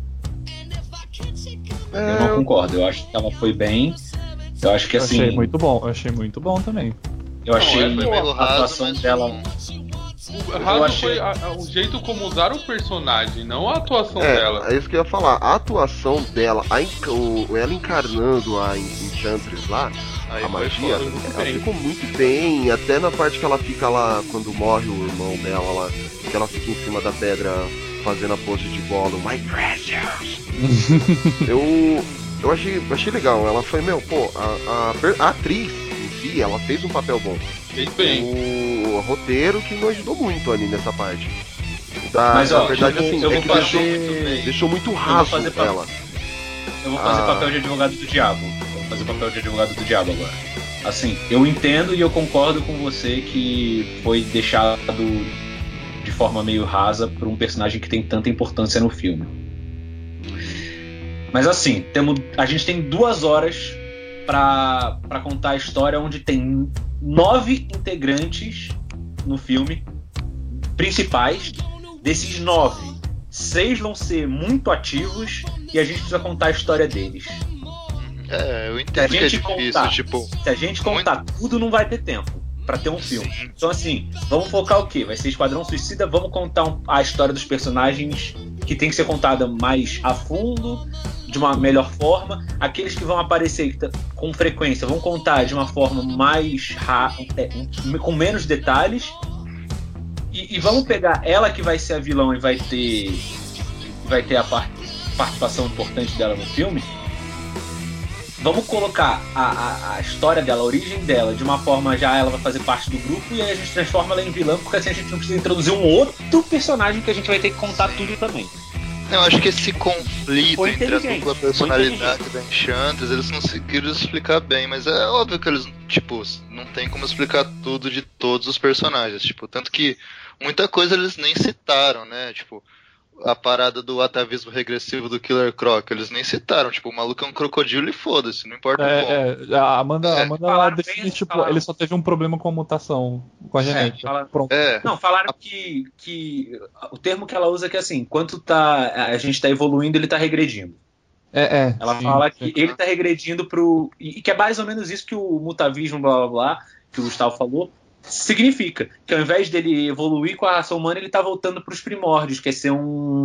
Eu não concordo, eu acho que ela foi bem. Eu acho que assim. Eu achei muito bom também. Eu achei a atuação dela. O raso foi o jeito como usaram o personagem, não a atuação dela. É isso que eu ia falar. A atuação dela, ela encarnando a Enchantress lá, a magia, ela ficou muito bem. Até na parte que ela fica lá, quando morre o irmão dela lá, que ela fica em cima da pedra fazendo a pose de Gollum, My precious. eu achei legal. Ela foi, a atriz em si, ela fez um papel bom. Fez bem. O roteiro que não ajudou muito ali nessa parte. Mas na ó, verdade, assim, eu vou que deixou muito raso ela. Eu vou fazer papel de advogado do diabo. Vou fazer papel de advogado do diabo agora. Assim, eu entendo e eu concordo com você que foi deixado de forma meio rasa por um personagem que tem tanta importância no filme. Mas assim, a gente tem 2 horas pra contar a história, onde tem 9 integrantes no filme principais. Desses 9, 6 vão ser muito ativos e a gente precisa contar a história deles. Eu entendo que é difícil, tipo... Se a gente contar tudo, não vai ter tempo pra ter um filme. Então assim, vamos focar o quê? Vai ser Esquadrão Suicida, vamos contar a história dos personagens que tem que ser contada mais a fundo, de uma melhor forma. Aqueles que vão aparecer com frequência, vão contar de uma forma mais com menos detalhes. E vamos pegar ela que vai ser a vilã e vai ter a participação importante dela no filme. Vamos colocar a história dela, a origem dela, de uma forma ela vai fazer parte do grupo, e aí a gente transforma ela em vilã, porque assim a gente não precisa introduzir um outro personagem que a gente vai ter que contar tudo também. Eu acho que esse conflito entre a dupla personalidade da Enchantress, eles conseguiram explicar bem, mas é óbvio que eles, tipo, não tem como explicar tudo de todos os personagens, tipo, tanto que muita coisa eles nem citaram, né, tipo, a parada do atavismo regressivo do Killer Croc, eles nem citaram, tipo, o maluco é um crocodilo e foda-se, não importa como. A Amanda ela define, tipo, ele só teve um problema com a mutação, com a genética. Pronto. Não, falaram que o termo que ela usa é que assim, enquanto a gente tá evoluindo, ele tá regredindo. Ela fala que ele tá regredindo e que é mais ou menos isso que o mutavismo, blá blá blá, que o Gustavo falou, significa que ao invés dele evoluir com a raça humana, ele tá voltando pros primórdios, que é ser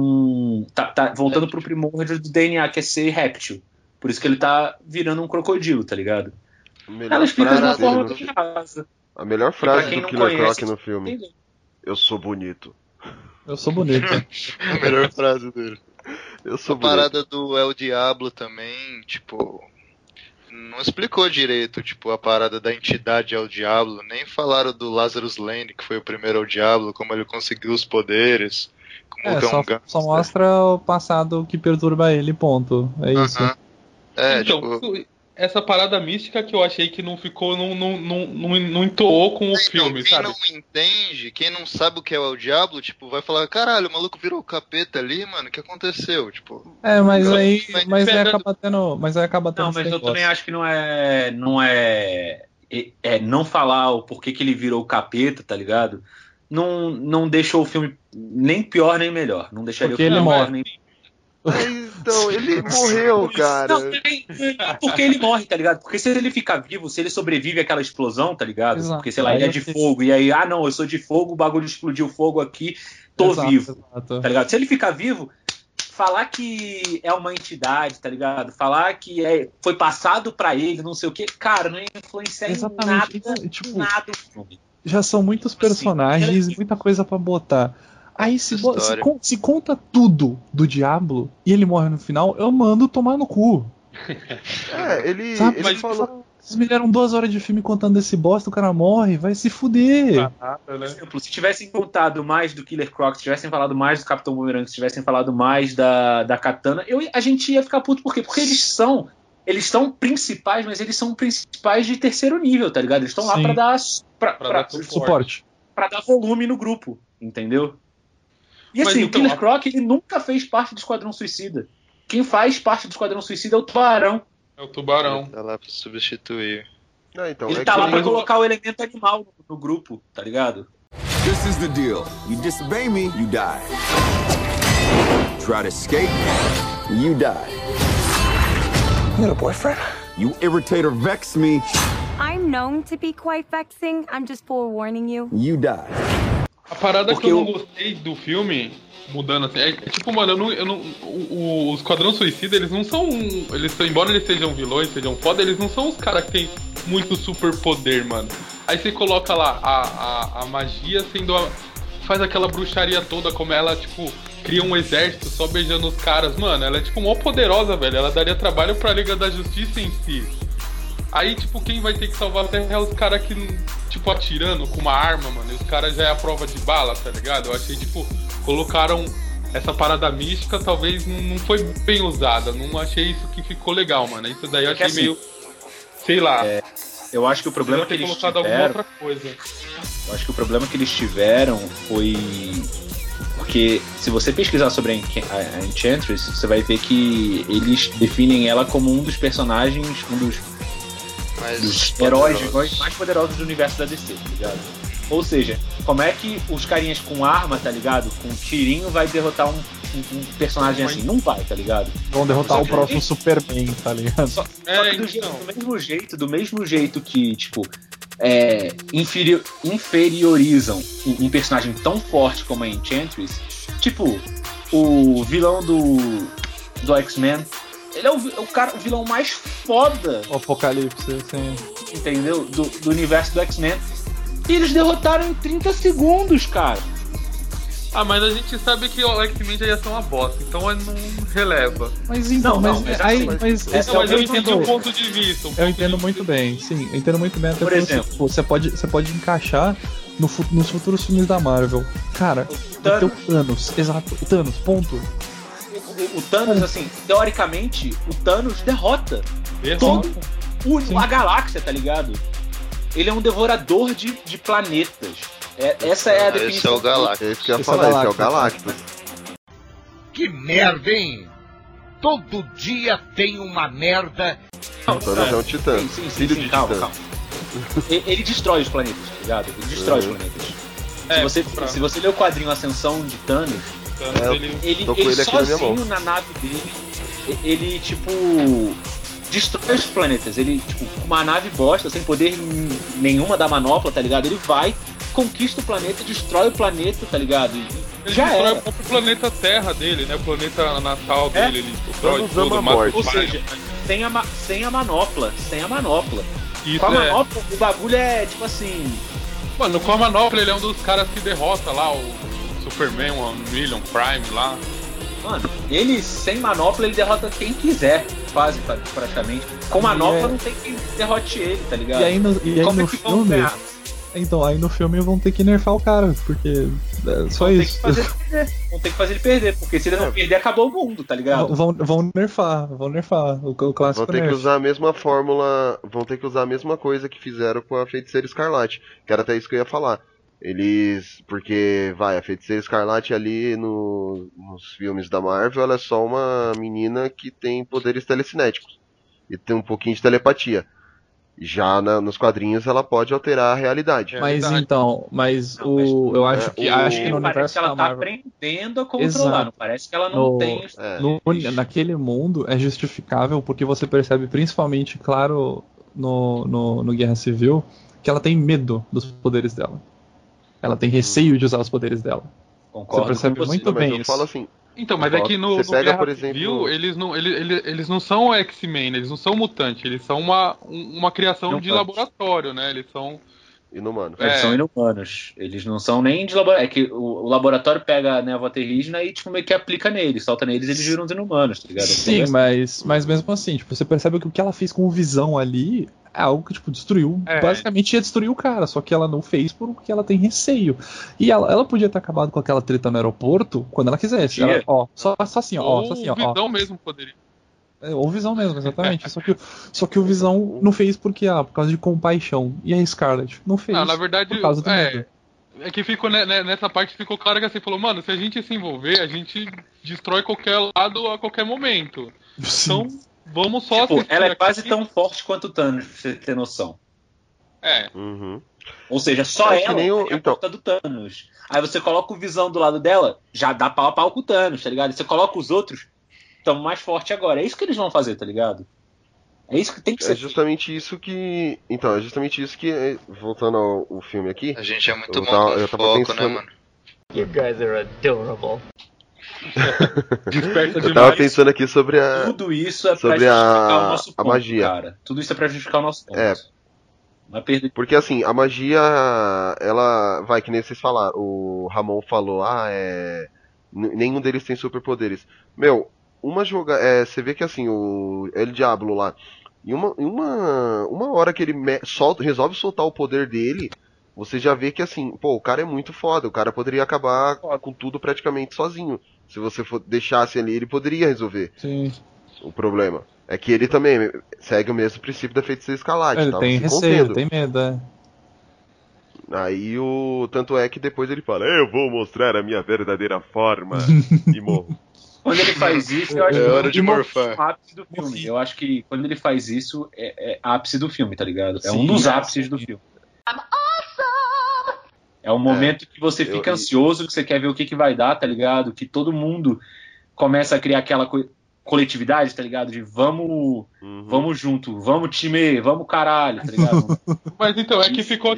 tá voltando pro primórdio do DNA, que é ser réptil. Por isso que ele tá virando um crocodilo, tá ligado? Ela explica de uma forma bem rasa. A melhor frase do Killer Croc no filme: eu sou bonito. Eu sou bonito. A melhor frase dele. Eu sou bonito. A parada do El Diablo também, tipo, não explicou direito, tipo, a parada da entidade El Diablo, nem falaram do Lazarus Lane, que foi o primeiro El Diablo, como ele conseguiu os poderes. Como só mostra o passado que perturba ele, ponto. É isso. Então, essa parada mística que eu achei que não ficou, não entoou com o filme, quem sabe? Quem não entende, quem não sabe o que é o diabo, tipo, vai falar, caralho, o maluco virou o capeta ali, mano, o que aconteceu? Tipo, mas aí acaba tendo. Mas aí acaba tendo. Não, mas eu também acho que não é não falar o porquê que ele virou o capeta, tá ligado? Não deixou o filme nem pior nem melhor. Não deixaria porque o filme ele morre. nem... Então, ele morreu, cara. Não, porque ele morre, tá ligado? Porque se ele ficar vivo, se ele sobrevive àquela explosão, tá ligado? Exato. Porque, sei lá, ele é de fogo, e aí, não, eu sou de fogo, o bagulho explodiu fogo aqui, tô vivo, tá ligado? Se ele ficar vivo, falar que é uma entidade, tá ligado? Falar que foi passado pra ele, não sei o que, cara, não ia influenciar em nada o filme. Já são muitos personagens e muita coisa pra botar. Aí se conta tudo do Diablo e ele morre no final, eu mando tomar no cu. Ele falou... Vocês me deram 2 horas de filme contando esse bosta, o cara morre, vai se fuder. Por exemplo, se tivessem contado mais do Killer Croc, se tivessem falado mais do Capitão Boomerang, se tivessem falado mais da Katana, a gente ia ficar puto. Por quê? Porque eles são principais, mas eles são principais de terceiro nível, tá ligado? Eles estão lá pra dar suporte. Pra dar volume no grupo, entendeu? E assim, o Killer Croc, ele nunca fez parte do Esquadrão Suicida. Quem faz parte do Esquadrão Suicida é o Tubarão. É o Tubarão. Ele tá lá pra substituir. Ele tá lá pra colocar o elemento animal no grupo, tá ligado? This is the deal. You disobey me, you die. Try to escape, you die. You got a boyfriend? You irritate or vex me, I'm known to be quite vexing. I'm just forewarning you. you die. A parada que eu não gostei do filme, mudando assim, é tipo, mano, o Esquadrão Suicida, eles não são. Embora eles sejam vilões, sejam foda, eles não são os caras que tem muito super poder, mano. Aí você coloca lá a magia sendo. Faz aquela bruxaria toda, como ela, tipo, cria um exército só beijando os caras. Mano, ela é tipo mó poderosa, velho. Ela daria trabalho pra Liga da Justiça em si. Aí, tipo, quem vai ter que salvar a Terra é os caras que, tipo, atirando com uma arma, mano. E os caras já é a prova de bala, tá ligado? Eu achei, tipo, colocaram essa parada mística, talvez não foi bem usada. Não achei isso que ficou legal, mano. Isso daí eu achei meio, sei lá. Eu acho que o problema que eles tiveram... outra coisa. Eu acho que o problema que eles tiveram foi... Porque se você pesquisar sobre a Enchantress, você vai ver que eles definem ela como um dos personagens, um dos heróis mais poderosos do universo da DC, tá ligado? Ou seja, como é que os carinhas com arma, tá ligado? Com tirinho vai derrotar um personagem assim? Não vai, tá ligado? Vão derrotar o próximo Superman, tá ligado? Só que do mesmo jeito que, tipo, inferiorizam um personagem tão forte como a Enchantress, tipo, o vilão do X-Men, ele é o vilão mais foda. O Apocalipse, sim. Entendeu? Do universo do X-Men. E eles derrotaram em 30 segundos, cara. Mas a gente sabe que o X-Men já ia ser uma bosta, então não releva. Mas então, mas eu entendo o ponto de vista. Eu entendo muito bem, sim. Eu entendo muito bem. Até por exemplo, você pode encaixar nos futuros filmes da Marvel. Cara, vai ter o Thanos. Exato, o Thanos, ponto. O Thanos, assim, teoricamente, o Thanos derrota a galáxia, tá ligado? Ele é um devorador de planetas. Essa é a definição. Esse é o Galactus. É isso que eu ia falar, esse é o Galactus. Que merda, hein? Todo dia tem uma merda. O Thanos é um titã. Filho de calma. Ele destrói os planetas, tá ligado? Ele destrói os planetas. Se você ler o quadrinho Ascensão de Thanos, ele sozinho na nave dele, ele tipo destrói os planetas. Ele, tipo, com uma nave bosta, sem poder nenhuma da manopla, tá ligado? Ele vai, conquista o planeta, destrói o planeta, tá ligado? Ele destrói o próprio planeta Terra dele, né? O planeta natal dele, ele destrói tudo. Ou seja, sem a manopla. Isso, com a manopla, o bagulho é tipo assim... Mano, com a manopla ele é um dos caras que derrota lá o Superman, o Million Prime lá. Mano, ele sem manopla ele derrota quem quiser, quase praticamente. Com manopla não tem quem derrote ele, tá ligado? E aí no filme... Então, aí no filme vão ter que nerfar o cara, porque Só isso. Vão ter que fazer ele perder, porque se ele não perder, acabou o mundo, tá ligado? Vão nerfar o clássico. Vão ter que usar a mesma fórmula, vão ter que usar a mesma coisa que fizeram com a Feiticeira Escarlate, que era até isso que eu ia falar. Porque a Feiticeira Escarlate ali nos filmes da Marvel, ela é só uma menina que tem poderes telecinéticos e tem um pouquinho de telepatia. Já nos quadrinhos ela pode alterar a realidade. Eu acho que no universo ela da Marvel, tá aprendendo a controlar, não parece que ela não tem. Naquele mundo é justificável porque você percebe principalmente, claro, no Guerra Civil, que ela tem medo dos poderes dela. Ela tem receio de usar os poderes dela. Concordo, você percebe muito bem isso. Eu falo assim. Então, mas é que no Guerra por exemplo, Civil, eles não são X-Men, eles não são mutantes, eles são uma criação de laboratório, né? Eles são inumanos. Eles são inumanos. Eles não são nem de laboratório. É que o laboratório pega a névoa terrígena e tipo, meio que aplica neles, solta neles e eles viram os inumanos, tá ligado? Sim, mas mesmo assim, tipo, você percebe que o que ela fez com o Visão ali é algo que, tipo, destruiu. Basicamente ia destruir o cara, só que ela não fez porque ela tem receio. E ela podia ter acabado com aquela treta no aeroporto quando ela quisesse. Ela, só assim, ó. O Visão mesmo poderia. Ou Visão mesmo, exatamente. só que o Visão não fez por causa de compaixão. E a Scarlet não fez. Não, na verdade, por causa do medo. É que ficou nessa parte ficou claro que assim, falou, mano, se a gente se envolver, a gente destrói qualquer lado a qualquer momento. Sim. Então, vamos só tipo, ela é quase aqui. tão forte quanto o Thanos, pra você ter noção. Uhum. Ou seja, só ela é a porta do Thanos. Aí você coloca o Visão do lado dela, já dá pau a pau com o Thanos, tá ligado? Você coloca os outros, estão mais fortes agora. É isso que eles vão fazer, tá ligado? É isso que tem que ser. É justamente isso que... Então, voltando ao filme aqui... A gente é muito bom com foco, né, mano? You guys are adorable. Eu tava pensando aqui sobre a... Tudo isso é pra justificar o nosso ponto, magia. cara. Tudo isso é pra justificar o nosso ponto. Porque assim, a magia, ela vai, que nem vocês falaram, o Ramon falou, nenhum deles tem superpoderes. Meu, você vê que assim, o El Diablo lá, em uma hora que ele resolve soltar o poder dele, você já vê que assim, o cara é muito foda, o cara poderia acabar com tudo praticamente sozinho. Se você deixasse ali, ele poderia resolver. Sim. O problema é que ele também segue o mesmo princípio da Feiticeira Escarlate. Ele tem receio, tem medo, Aí tanto é que depois ele fala, eu vou mostrar a minha verdadeira forma e morro. Quando ele faz isso, eu acho que hora de morfar. Ápice do filme. Eu acho que quando ele faz isso, é ápice do filme, tá ligado? É um dos ápices do filme. É um momento que você fica ansioso, que você quer ver o que vai dar, tá ligado? Que todo mundo começa a criar aquela coletividade, tá ligado? De vamos junto, vamos time, vamos caralho, tá ligado? Mas então, é que ficou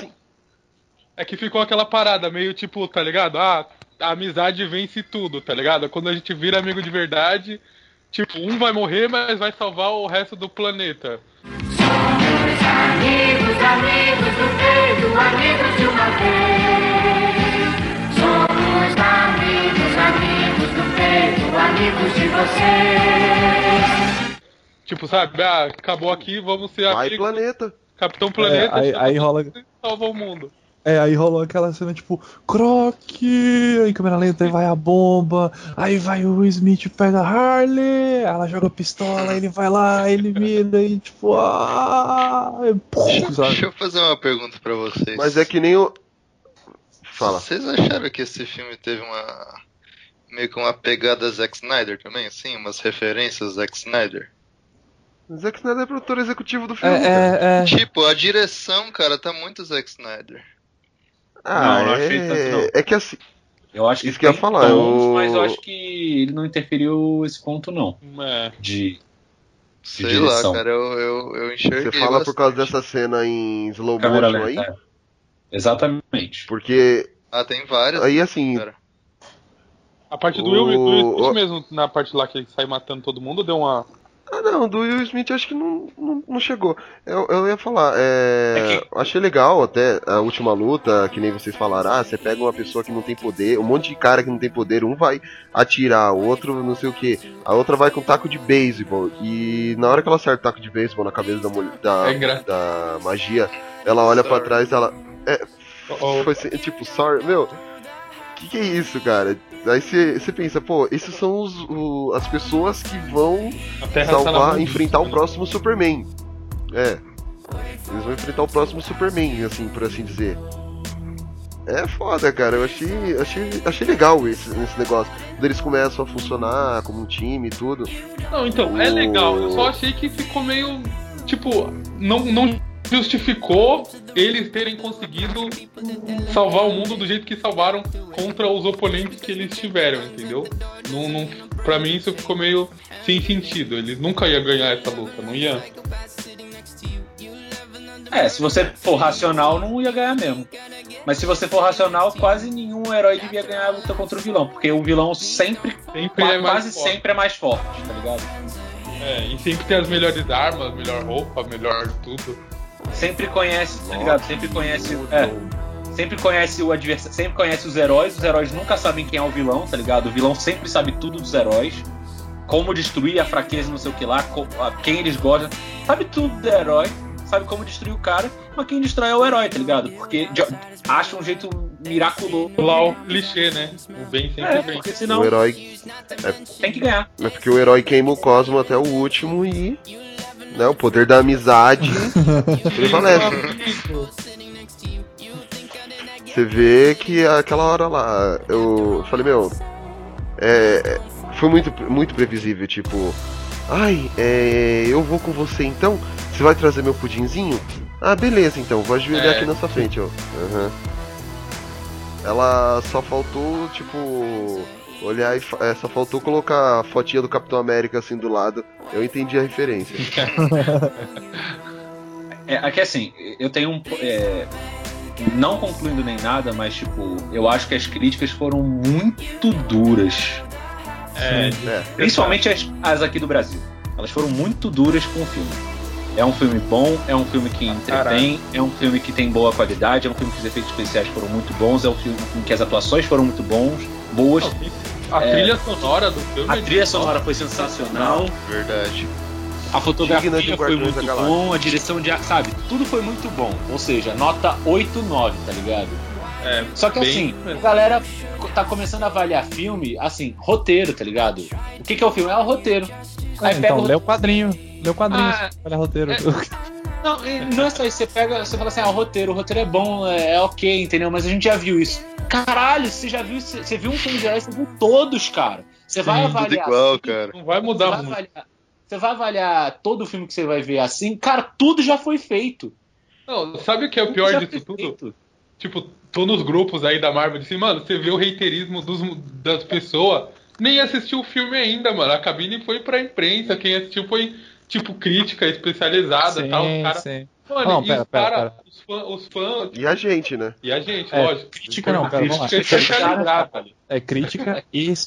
aquela parada meio tipo, tá ligado? A amizade vence tudo, tá ligado? Quando a gente vira amigo de verdade, tipo, um vai morrer, mas vai salvar o resto do planeta. Somos amigos do peito, amigos de uma vez. Somos amigos do peito, amigos de vocês. Tipo, sabe, acabou aqui, vamos ser amigos. Planeta. Capitão Planeta, aí rola... salva o mundo. Aí rolou aquela cena tipo, croque, aí câmera lenta, aí vai a bomba, aí vai o Smith, pega a Harley, ela joga a pistola, ele vai lá, ele mira e tipo, Deixa eu fazer uma pergunta pra vocês. Mas é que nem o... Fala. Vocês acharam que esse filme teve meio que uma pegada Zack Snyder também, assim? Umas referências Zack Snyder? Zack Snyder é produtor executivo do filme, Tipo, a direção, cara, tá muito Zack Snyder. Não achei tanto não. É que assim... Eu acho que isso que eu ia falar, mas eu acho que ele não interferiu esse ponto, não. Sei lá, cara, eu enxerguei. Você fala por causa dessa cena em slow motion aí? Exatamente. Porque... tem várias. Aí assim... Cara. A parte do Will Smith mesmo, na parte lá que ele sai matando todo mundo, deu uma... não, do Will Smith acho que não chegou. Eu ia falar, achei legal até a última luta, que nem vocês falaram, você pega uma pessoa que não tem poder, um monte de cara que não tem poder, um vai atirar, o outro não sei o que, a outra vai com um taco de beisebol, e na hora que ela acerta o taco de beisebol na cabeça da magia, ela olha pra trás, ela... foi tipo, sorry, meu... que é isso, cara? Aí você pensa, pô, esses são as pessoas que vão salvar, enfrentar o próximo Superman. Eles vão enfrentar o próximo Superman, assim, por assim dizer. É foda, cara. Eu achei legal esse negócio. Quando eles começam a funcionar como um time e tudo. Não, então, é legal. Eu só achei que ficou meio... Tipo, não justificou eles terem conseguido salvar o mundo do jeito que salvaram contra os oponentes que eles tiveram, entendeu? Pra mim isso ficou meio sem sentido. Eles nunca iam ganhar essa luta, não iam. Se você for racional, não ia ganhar mesmo. Mas se você for racional, quase nenhum herói devia ganhar a luta contra o vilão. Porque o vilão quase sempre é mais forte, tá ligado? E sempre tem as melhores armas, melhor roupa, melhor tudo. Sempre conhece, tá ligado? Sempre conhece o adversário, sempre conhece os heróis nunca sabem quem é o vilão, tá ligado? O vilão sempre sabe tudo dos heróis. Como destruir a fraqueza, não sei o que lá, quem eles gostam. Sabe tudo do herói. Sabe como destruir o cara, mas quem destrói é o herói, tá ligado? Porque acha um jeito miraculoso. Lá o clichê, né? O bem sempre vem. Porque senão o herói tem que ganhar. É porque o herói queima o cosmo até o último e... Né, o poder da amizade prevalece. Você vê que aquela hora lá, eu falei, foi muito previsível, tipo... eu vou com você então? Você vai trazer meu pudinzinho? Ah, beleza então, vou ajoelhar aqui na sua frente, ó. Ela só faltou, tipo, olhar e só faltou colocar a fotinha do Capitão América assim do lado. Eu entendi a referência. Aqui assim, eu tenho não concluindo nem nada, mas tipo, eu acho que as críticas foram muito duras. Principalmente as aqui do Brasil. Elas foram muito duras com o filme. É um filme bom, é um filme que entretém, é um filme que tem boa qualidade, é um filme que os efeitos especiais foram muito bons, é um filme em que as atuações foram muito boas. A trilha sonora do filme... A trilha sonora foi sensacional. Verdade. A fotografia foi muito bom, a direção de... Sabe, tudo foi muito bom. Ou seja, nota 8, 9, tá ligado? Só que assim, a galera tá começando a avaliar filme, assim, roteiro, tá ligado? O que é o filme? É o roteiro. Aí então, lê o quadrinho, olha o roteiro. Não é só isso, você fala assim, o roteiro é bom, é ok, entendeu? Mas a gente já viu isso. Caralho, você viu um filme de herói, você viu todos, cara. Você vai avaliar. Tudo igual, cara. Não vai mudar muito. Você vai avaliar todo o filme que você vai ver assim, cara, tudo já foi feito. Não, sabe o que é o pior disso tudo? Tipo, tô nos grupos aí da Marvel, assim, mano, você vê o reiterismo das pessoas, nem assistiu o filme ainda, mano. A cabine foi pra imprensa, quem assistiu foi, tipo, crítica especializada e tal. Os cara... Sim. Mano, não, pera. Os fãs... E a gente, né? E a gente, lógico. Crítica não, pera, vamos lá. Especializada. É crítica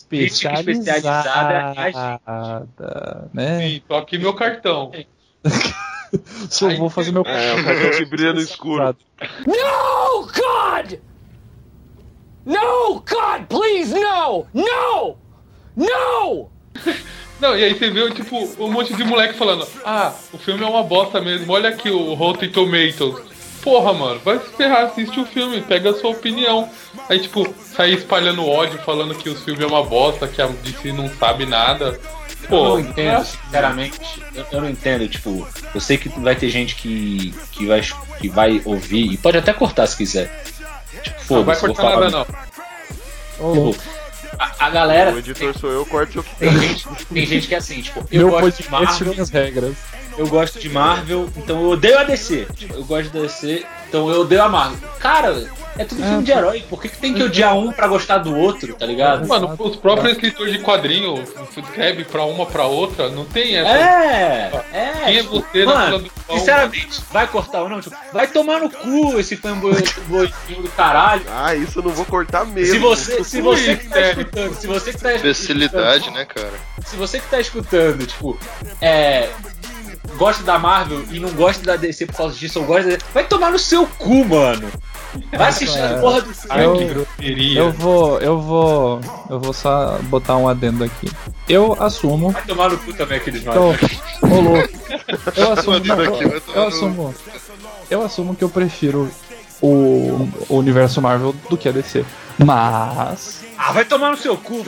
especializada, né? Sim, tô aqui meu cartão. Só vou fazer meu o cartão que brilha no escuro. No, God! No, God, please, no! No! No! Não, e aí você vê, tipo, um monte de moleque falando: o filme é uma bosta mesmo, olha aqui o Rotten Tomatoes. Porra, mano, vai se ferrar, assiste o filme, pega a sua opinião. Aí, tipo, sair espalhando ódio, falando que o filme é uma bosta, que a DC não sabe nada. Pô, eu não entendo, sinceramente, eu não entendo, tipo, eu sei que vai ter gente que vai ouvir, e pode até cortar se quiser. Tipo, foda-se, não vai cortar nada, não. Tipo, a galera... O editor sou eu, corta o que tem gente que é assim, tipo, eu gosto de Marvel, as regras. Eu gosto de Marvel, então eu odeio a DC. Tipo, eu gosto da DC, então eu odeio a Marvel. Cara, é tudo filme de herói. Por que tem que odiar um pra gostar do outro, tá ligado? Mano, os próprios escritores de quadrinho escrevem pra uma pra outra, não tem essa. Quem é você na fila do pão? Sinceramente, vai cortar ou não? Tipo, vai tomar no cu esse fanboy do caralho. Isso eu não vou cortar mesmo. Se você que tá escutando, se você que tá escutando. Especialidade, né, cara? Se você que tá escutando, tipo, gosta da Marvel e não gosta da DC por causa disso, ou gosta da... Vai tomar no seu cu, mano. Vai assistir a porra do filme. Eu vou só botar um adendo aqui. Eu assumo. Vai tomar no cu também aqueles Marvel. Eu assumo que eu prefiro o universo Marvel do que a DC. Mas... vai tomar no seu cu,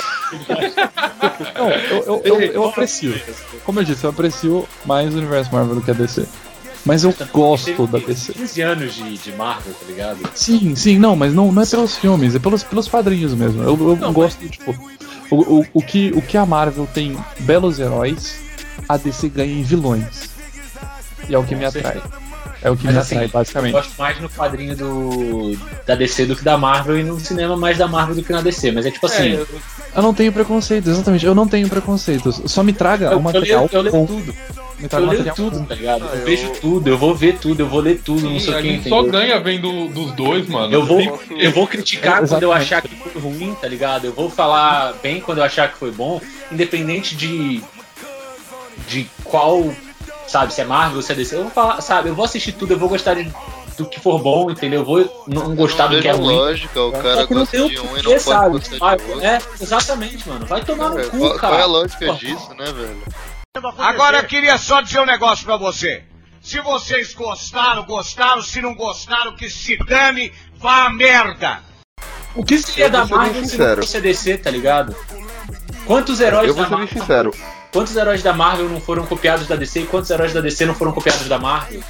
Não, eu aprecio. Como eu disse, eu aprecio mais o universo Marvel do que a DC. Mas eu gosto da DC. 15 anos de Marvel, tá ligado? Sim, não, mas não é pelos filmes, é pelos quadrinhos mesmo. Eu gosto, tipo... O que a Marvel tem belos heróis, a DC ganha em vilões. E é o que me atrai. É o que me atrai, basicamente. Eu gosto mais no quadrinho da DC do que da Marvel, e no cinema mais da Marvel do que na DC. Mas é tipo assim... Eu não tenho preconceito, exatamente. Eu não tenho preconceito. Só me traga o material. Eu leio tudo. Eu leio tudo, tá ligado? Eu vejo tudo, eu vou ver tudo, eu vou ler tudo, sim, não sei o que. A gente só ganha vendo dos dois, mano. Eu vou criticar quando eu achar que foi ruim, tá ligado? Eu vou falar bem quando eu achar que foi bom, independente de qual, sabe, se é Marvel ou se é DC. Eu vou falar, sabe, eu vou assistir tudo, eu vou gostar do que for bom, entendeu? Eu vou não gostar do que é ruim. Lógica, o cara gosta de um e não pode gostar de outro. Exatamente, mano. Vai tomar no cu, cara. Qual é a lógica disso, né, velho? Agora eu queria só dizer um negócio pra você. Se vocês gostaram, se não gostaram, que se dane, vá a merda. O que seria da Marvel se não fosse a DC, tá ligado? Quantos heróis da Marvel... sincero. Quantos heróis da Marvel não foram copiados da DC e quantos heróis da DC não foram copiados da Marvel?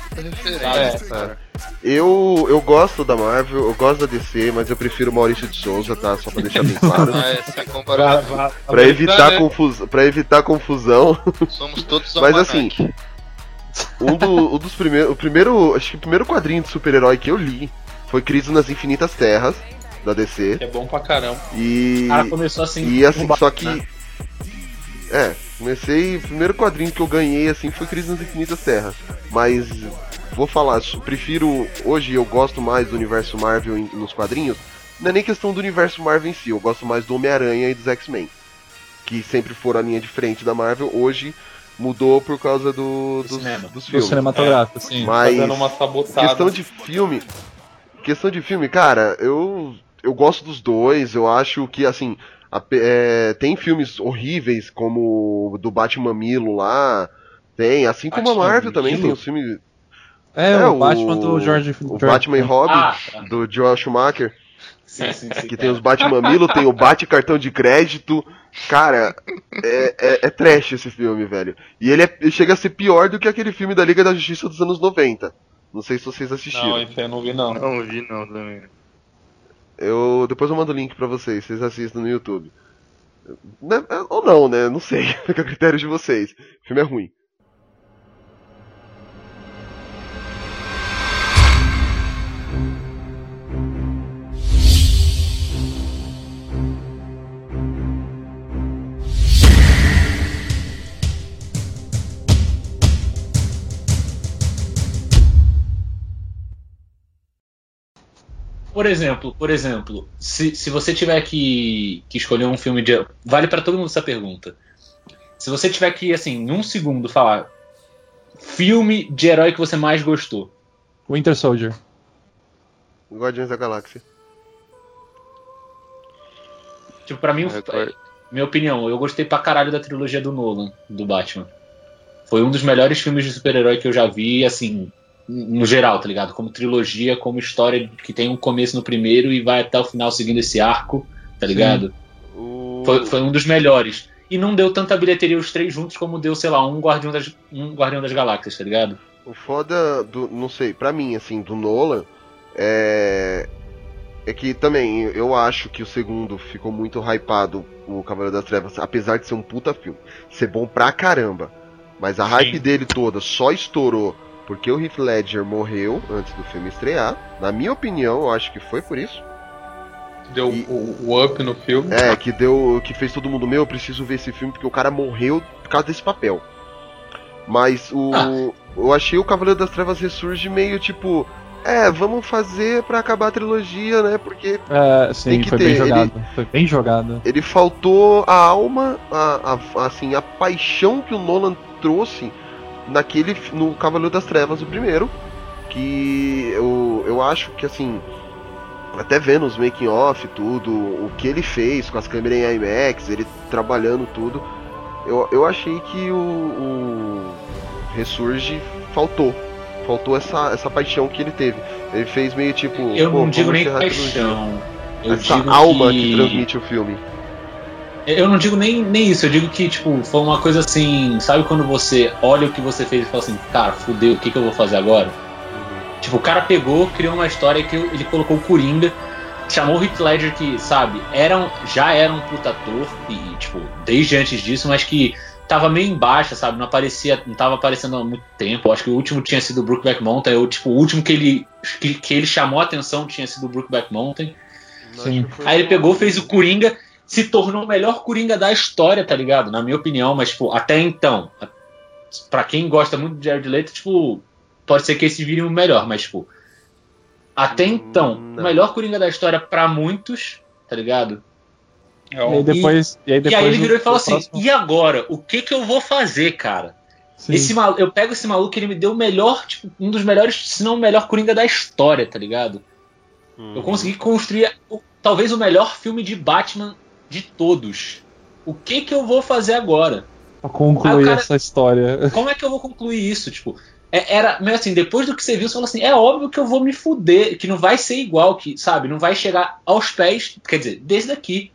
Eu gosto da Marvel, eu gosto da DC, mas eu prefiro o Maurício de Souza, tá? Só pra deixar bem claro. Pra evitar confusão. Somos todos mas assim, acho que o primeiro quadrinho de super-herói que eu li foi Crise nas Infinitas Terras, da DC. Que é bom pra caramba. E... O cara começou assim... E assim, só que... comecei... O primeiro quadrinho que eu ganhei, assim, foi Crise nas Infinitas Terras. Mas... Vou falar, prefiro... Hoje eu gosto mais do universo Marvel nos quadrinhos. Não é nem questão do universo Marvel em si. Eu gosto mais do Homem-Aranha e dos X-Men. Que sempre foram a linha de frente da Marvel. Hoje mudou por causa dos filmes. Do cinematográfico, sim. Mas tá dando uma sabotada. Questão de filme, cara, eu gosto dos dois. Eu acho que, assim... tem filmes horríveis, como o do Batman Milo lá. Tem, assim como Batman a Marvel também Milo? tem os filmes... o Batman do George... O Batman e Robin, do Joel Schumacher. Sim, que tem os Batman Milo, tem o Bate Cartão de Crédito. Cara, é trash esse filme, velho. E ele chega a ser pior do que aquele filme da Liga da Justiça dos anos 90. Não sei se vocês assistiram. Não, esse eu não vi não. Não vi não também. Depois eu mando o link pra vocês assistam no YouTube. Ou não, né? Não sei. Fica a critério de vocês. O filme é ruim. Por exemplo, se você tiver que escolher um filme de... Vale pra todo mundo essa pergunta. Se você tiver que, assim, num segundo falar filme de herói que você mais gostou. Winter Soldier. Guardiões da Galáxia. Tipo, pra mim, minha opinião, eu gostei pra caralho da trilogia do Nolan, do Batman. Foi um dos melhores filmes de super-herói que eu já vi, assim... No geral, tá ligado? Como trilogia, como história que tem um começo no primeiro e vai até o final seguindo esse arco, tá ligado? Foi um dos melhores. E não deu tanta bilheteria os três juntos como deu, sei lá, um Guardião das Galáxias, tá ligado? O foda não sei, pra mim, assim, do Nolan é que também eu acho que o segundo ficou muito hypado, o Cavaleiro das Trevas, apesar de ser um puta filme, ser bom pra caramba. Mas a hype dele toda só estourou porque o Heath Ledger morreu antes do filme estrear. Na minha opinião, eu acho que foi por isso. Deu o up no filme. Que fez todo mundo, eu preciso ver esse filme porque o cara morreu por causa desse papel. Mas eu achei o Cavaleiro das Trevas Ressurge meio tipo... vamos fazer pra acabar a trilogia, né? Porque sim, tem que bem jogado. Foi bem jogado. Ele faltou a alma, assim, a paixão que o Nolan trouxe no Cavaleiro das Trevas, o primeiro, que eu acho que, assim, até vendo os making off, tudo, o que ele fez com as câmeras em IMAX, ele trabalhando tudo, eu achei que o Ressurge faltou essa paixão que ele teve. Ele fez meio tipo... Eu não digo nem paixão. Essa alma que transmite o filme. Eu não digo nem isso, eu digo que, tipo, foi uma coisa assim, sabe quando você olha o que você fez e fala assim, cara, fudeu, o que eu vou fazer agora? Tipo, o cara pegou, criou uma história que ele colocou o Coringa, chamou o Heath Ledger que, sabe, já era um puta ator, e, tipo, desde antes disso, mas que tava meio em baixa, sabe, não tava aparecendo há muito tempo. Eu acho que o último tinha sido o Brokeback Mountain, o último que ele chamou a atenção tinha sido o Brokeback Mountain. Sim. Aí ele pegou, fez o Coringa, se tornou o melhor Coringa da história, tá ligado? Na minha opinião, mas, tipo, até então, pra quem gosta muito de Jared Leto, tipo, pode ser que esse vire o melhor, mas, tipo, até então, o melhor Coringa da história pra muitos, tá ligado? E aí depois e aí ele virou e falou assim, próximo... e agora? O que eu vou fazer, cara? Eu pego esse maluco, ele me deu o melhor, tipo, um dos melhores, se não o melhor Coringa da história, tá ligado? Eu consegui construir talvez o melhor filme de Batman de todos. O que eu vou fazer agora? Pra concluir essa história. Como é que eu vou concluir isso? Tipo, era meio assim, depois do que você viu, você falou assim, é óbvio que eu vou me fuder, que não vai ser igual, que, sabe, não vai chegar aos pés, quer dizer, desde aqui.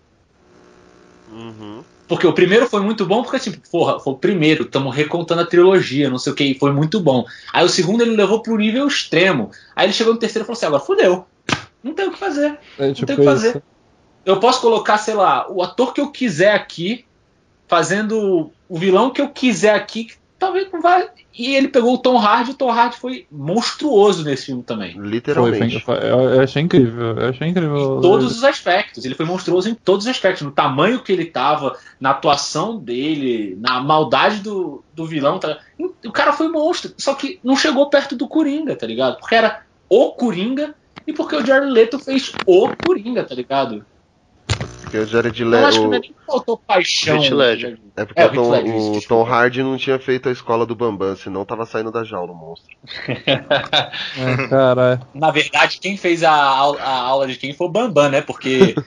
Porque o primeiro foi muito bom, porque assim, porra, foi o primeiro, estamos recontando a trilogia, não sei o que, foi muito bom. Aí o segundo ele levou pro nível extremo. Aí ele chegou no terceiro e falou assim, agora fudeu. Não tem o que fazer. Não tem o que fazer. Eu posso colocar, sei lá, o ator que eu quiser aqui, fazendo o vilão que eu quiser aqui, que talvez não vai. E ele pegou o Tom Hardy, o Tom Hardy foi monstruoso nesse filme também. Literalmente. Eu achei incrível. Em todos os aspectos. Ele foi monstruoso em todos os aspectos. No tamanho que ele tava, na atuação dele, na maldade do vilão. Tá? O cara foi monstro. Só que não chegou perto do Coringa, tá ligado? Porque era o Coringa e porque o Jared Leto fez o Coringa, tá ligado? Porque o Jared Leto. Eu acho que nem faltou paixão. É porque o Tom Hardy não tinha feito a escola do Bambam, senão tava saindo da jaula o monstro. Caralho. Na verdade, quem fez a aula de quem foi o Bambam, né? Porque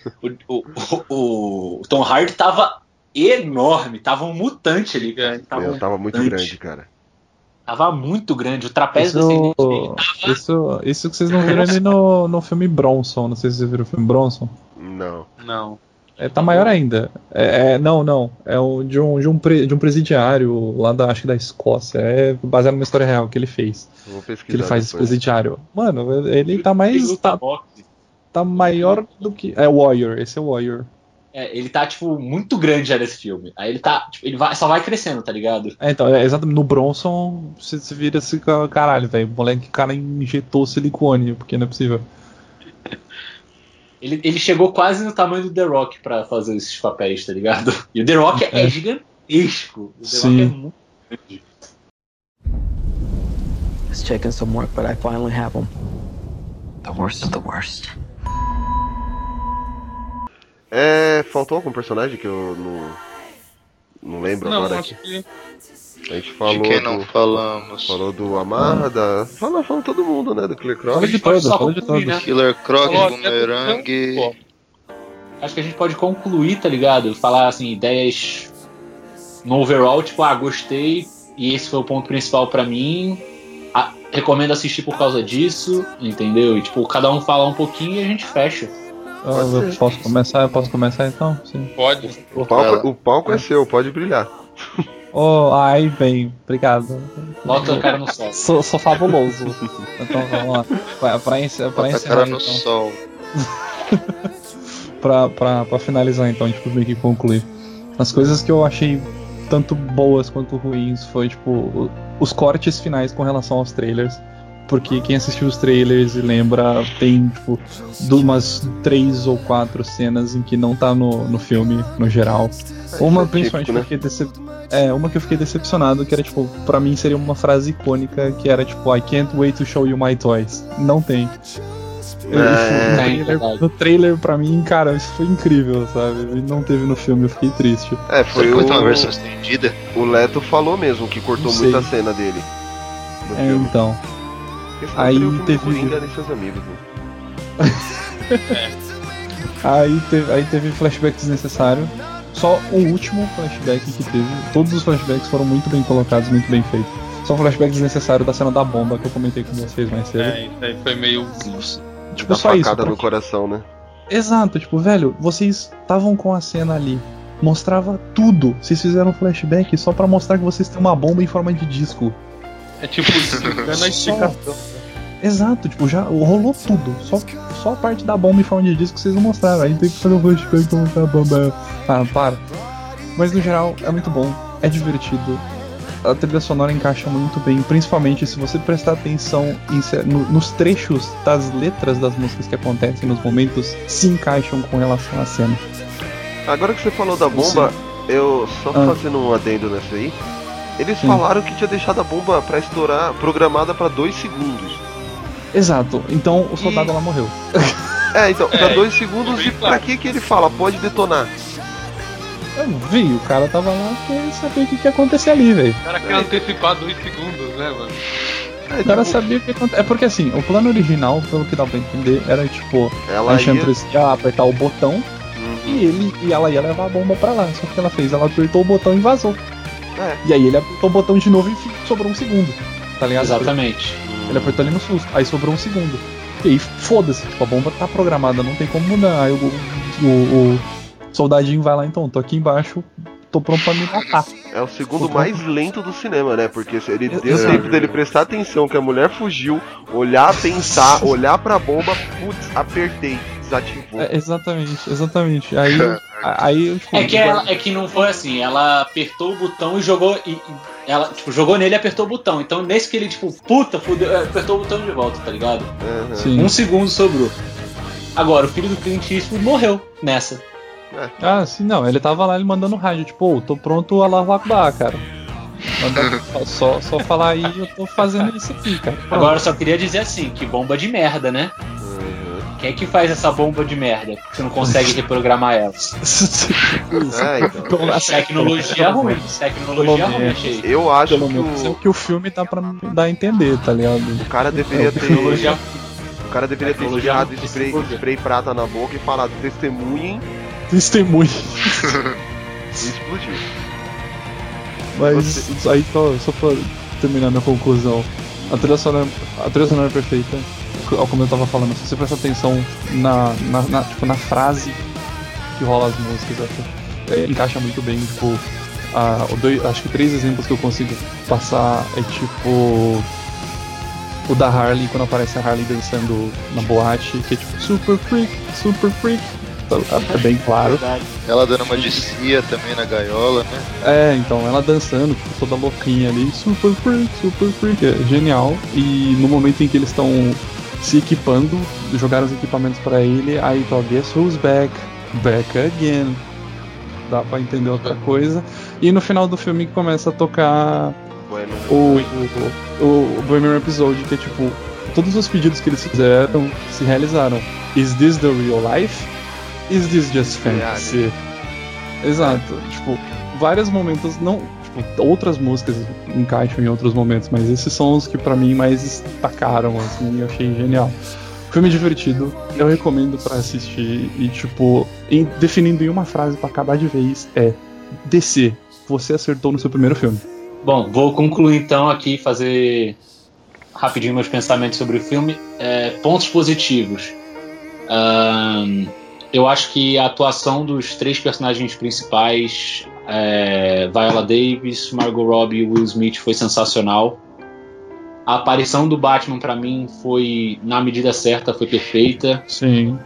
o Tom Hardy tava enorme, tava um mutante ali, cara. Tava muito grande, cara. Tava muito grande, o trapézio descendente dele tava... Isso que vocês não viram ali no filme Bronson. Não sei se vocês viram o filme Bronson. Não. Tá maior ainda. Não. É de um presidiário lá acho que da Escócia. É baseado numa história real que ele fez. Vou pesquisar que ele faz esse depois. presidiário. Mano, ele tá mais. Tá maior do que. É o Warrior, esse é o Warrior. Ele tá, tipo, muito grande já nesse filme. Aí ele tá. Tipo, só vai crescendo, tá ligado? Então, exatamente. No Bronson, você vira esse caralho, velho. O moleque, o cara injetou silicone, porque não é possível. Ele chegou quase no tamanho do The Rock pra fazer esses papéis, tá ligado? E o The Rock é gigantesco. O The Rock é muito grande. It's taken some work, but I finally have him. The worst of the worst. Faltou algum personagem que eu não lembro agora aqui? A gente falou. De quem não falamos? Falou do Amada. Falando todo mundo, né? Do Killer Croc. Fala de todos. Né? Killer Croc, Boomerang. Acho que a gente pode concluir, tá ligado? Falar assim, ideias no overall, tipo, gostei e esse foi o ponto principal pra mim. Recomendo assistir por causa disso, entendeu? E tipo, cada um fala um pouquinho e a gente fecha. Posso começar então? Sim. Pode. O palco é seu, pode brilhar. Ai, bem, obrigado. Bota a cara no sol. Sou fabuloso. Então vamos lá. Pra encerrar. Bota a cara no então. sol. pra finalizar, então, tipo, meio que concluir. As coisas que eu achei tanto boas quanto ruins foi, tipo, os cortes finais com relação aos trailers. Porque quem assistiu os trailers e lembra, tem, tipo, umas 3 ou 4 cenas em que não tá no filme, no geral. Uma, principalmente, né? Uma que eu fiquei decepcionado, que era, tipo, pra mim seria uma frase icônica, que era, tipo, I can't wait to show you my toys. Não tem. No trailer, pra mim, cara, isso foi incrível, sabe? E não teve no filme, eu fiquei triste. Foi uma versão estendida? O Leto falou mesmo que cortou muita cena dele. Então. Aí teve. Seus amigos, né? Aí teve flashback desnecessário. Só o último flashback que teve. Todos os flashbacks foram muito bem colocados, muito bem feitos. Só o flashback desnecessário da cena da bomba que eu comentei com vocês mais cedo. Isso aí foi meio. Tipo, só isso. No coração, né? Exato, tipo, velho, vocês estavam com a cena ali, mostrava tudo. Vocês fizeram um flashback só pra mostrar que vocês têm uma bomba em forma de disco. É tipo, na explicação. Exato, tipo, já rolou tudo. Só a parte da bomba em forma de disco que vocês não mostraram. Aí tem que fazer um flashback pra mostrar a bomba. Ah, para. Mas no geral, é muito bom, é divertido. A trilha sonora encaixa muito bem, principalmente se você prestar atenção nos trechos das letras das músicas que acontecem nos momentos, se encaixam com relação à cena. Agora que você falou da bomba, eu só fazendo um adendo nessa aí, eles falaram que tinha deixado a bomba pra estourar programada pra 2 segundos. Exato, então o soldado lá morreu. Então, pra 2 segundos e pra que ele fala? Pode detonar. Eu não vi, o cara tava lá pra saber o que ia acontecer ali, velho. O cara quer antecipar 2 segundos, né, mano? O cara sabia o que ia acontecer. É porque assim, o plano original, pelo que dá pra entender, era tipo, ela a Enchantress ia apertar o botão e ela ia levar a bomba pra lá. Só que ela fez, ela apertou o botão e vazou. E aí ele apertou o botão de novo e sobrou 1 segundo. Tá ligado? Exatamente. Ele apertou ali no susto, aí sobrou 1 segundo. E aí foda-se, tipo, a bomba tá programada, não tem como mudar. Aí o soldadinho vai lá, então, tô aqui embaixo, tô pronto pra me matar. É o segundo mais lento do cinema, né? Porque ele deu tempo dele prestar atenção que a mulher fugiu, olhar, pensar, olhar pra bomba, putz, apertei, desativou. Exatamente. Aí tipo, é que não foi assim, ela apertou o botão e jogou. Ela, tipo, jogou nele e apertou o botão. Então, nesse que ele, tipo, puta, fudeu, apertou o botão de volta, tá ligado? 1 segundo sobrou. Agora, o filho do Clint Eastwood morreu nessa. Ah, sim, não, ele tava lá, ele mandando rádio, tipo, tô pronto, Allahu Akbar, cara. Só falar aí, eu tô fazendo isso aqui, cara. Pronto. Agora, eu só queria dizer assim, que bomba de merda, né? Quem é que faz essa bomba de merda? Você não consegue reprogramar ela. Então. Tecnologia ruim. Achei. Eu acho que o filme dá pra dar a entender, tá ligado? O cara deveria ter. O cara deveria ter tirado spray prata na boca e falado, testemunhem. E explodiu. Mas aí só pra terminar minha conclusão, a trilha sonora é perfeita. Como eu tava falando, se você prestar atenção na frase que rola as músicas, encaixa muito bem. Tipo, acho que 3 exemplos que eu consigo passar é tipo o da Harley, quando aparece a Harley dançando na boate, que é tipo super freak. É bem claro. Ela dando uma de cia também na gaiola, né? Então, ela dançando, tipo, toda louquinha ali, super freak, é genial. E no momento em que eles estão se equipando, jogaram os equipamentos pra ele, aí guess who's back again. Dá pra entender outra coisa. E no final do filme começa a tocar o Bohemian Rhapsody, que é tipo, todos os pedidos que eles fizeram se realizaram. Is this the real life? Is this just fantasy? Exato, tipo, vários momentos, não, tipo, outras músicas encaixam em outros momentos, mas esses são os que pra mim mais destacaram, assim, eu achei genial. Filme divertido, eu recomendo pra assistir e, tipo, definindo em uma frase pra acabar de vez, DC, você acertou no seu primeiro filme. Bom, vou concluir então aqui, fazer rapidinho meus pensamentos sobre o filme. Pontos positivos. Eu acho que a atuação dos 3 personagens principais, Viola Davis, Margot Robbie e Will Smith, foi sensacional. A aparição do Batman, pra mim, foi na medida certa, foi perfeita. Sim.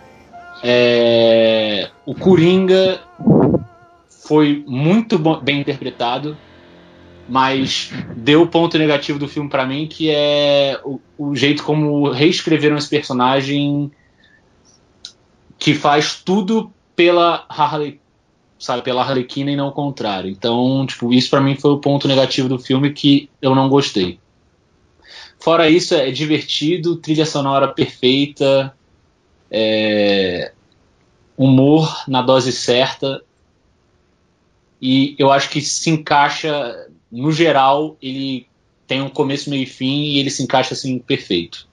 O Coringa foi muito bem interpretado, mas deu o ponto negativo do filme pra mim, que é o jeito como reescreveram esse personagem, que faz tudo pela Harley, sabe, pela Arlequina e não o contrário. Então, tipo, isso pra mim foi o ponto negativo do filme que eu não gostei. Fora isso, é divertido, trilha sonora perfeita, humor na dose certa, e eu acho que se encaixa, no geral, ele tem um começo, meio e fim, e ele se encaixa assim, perfeito.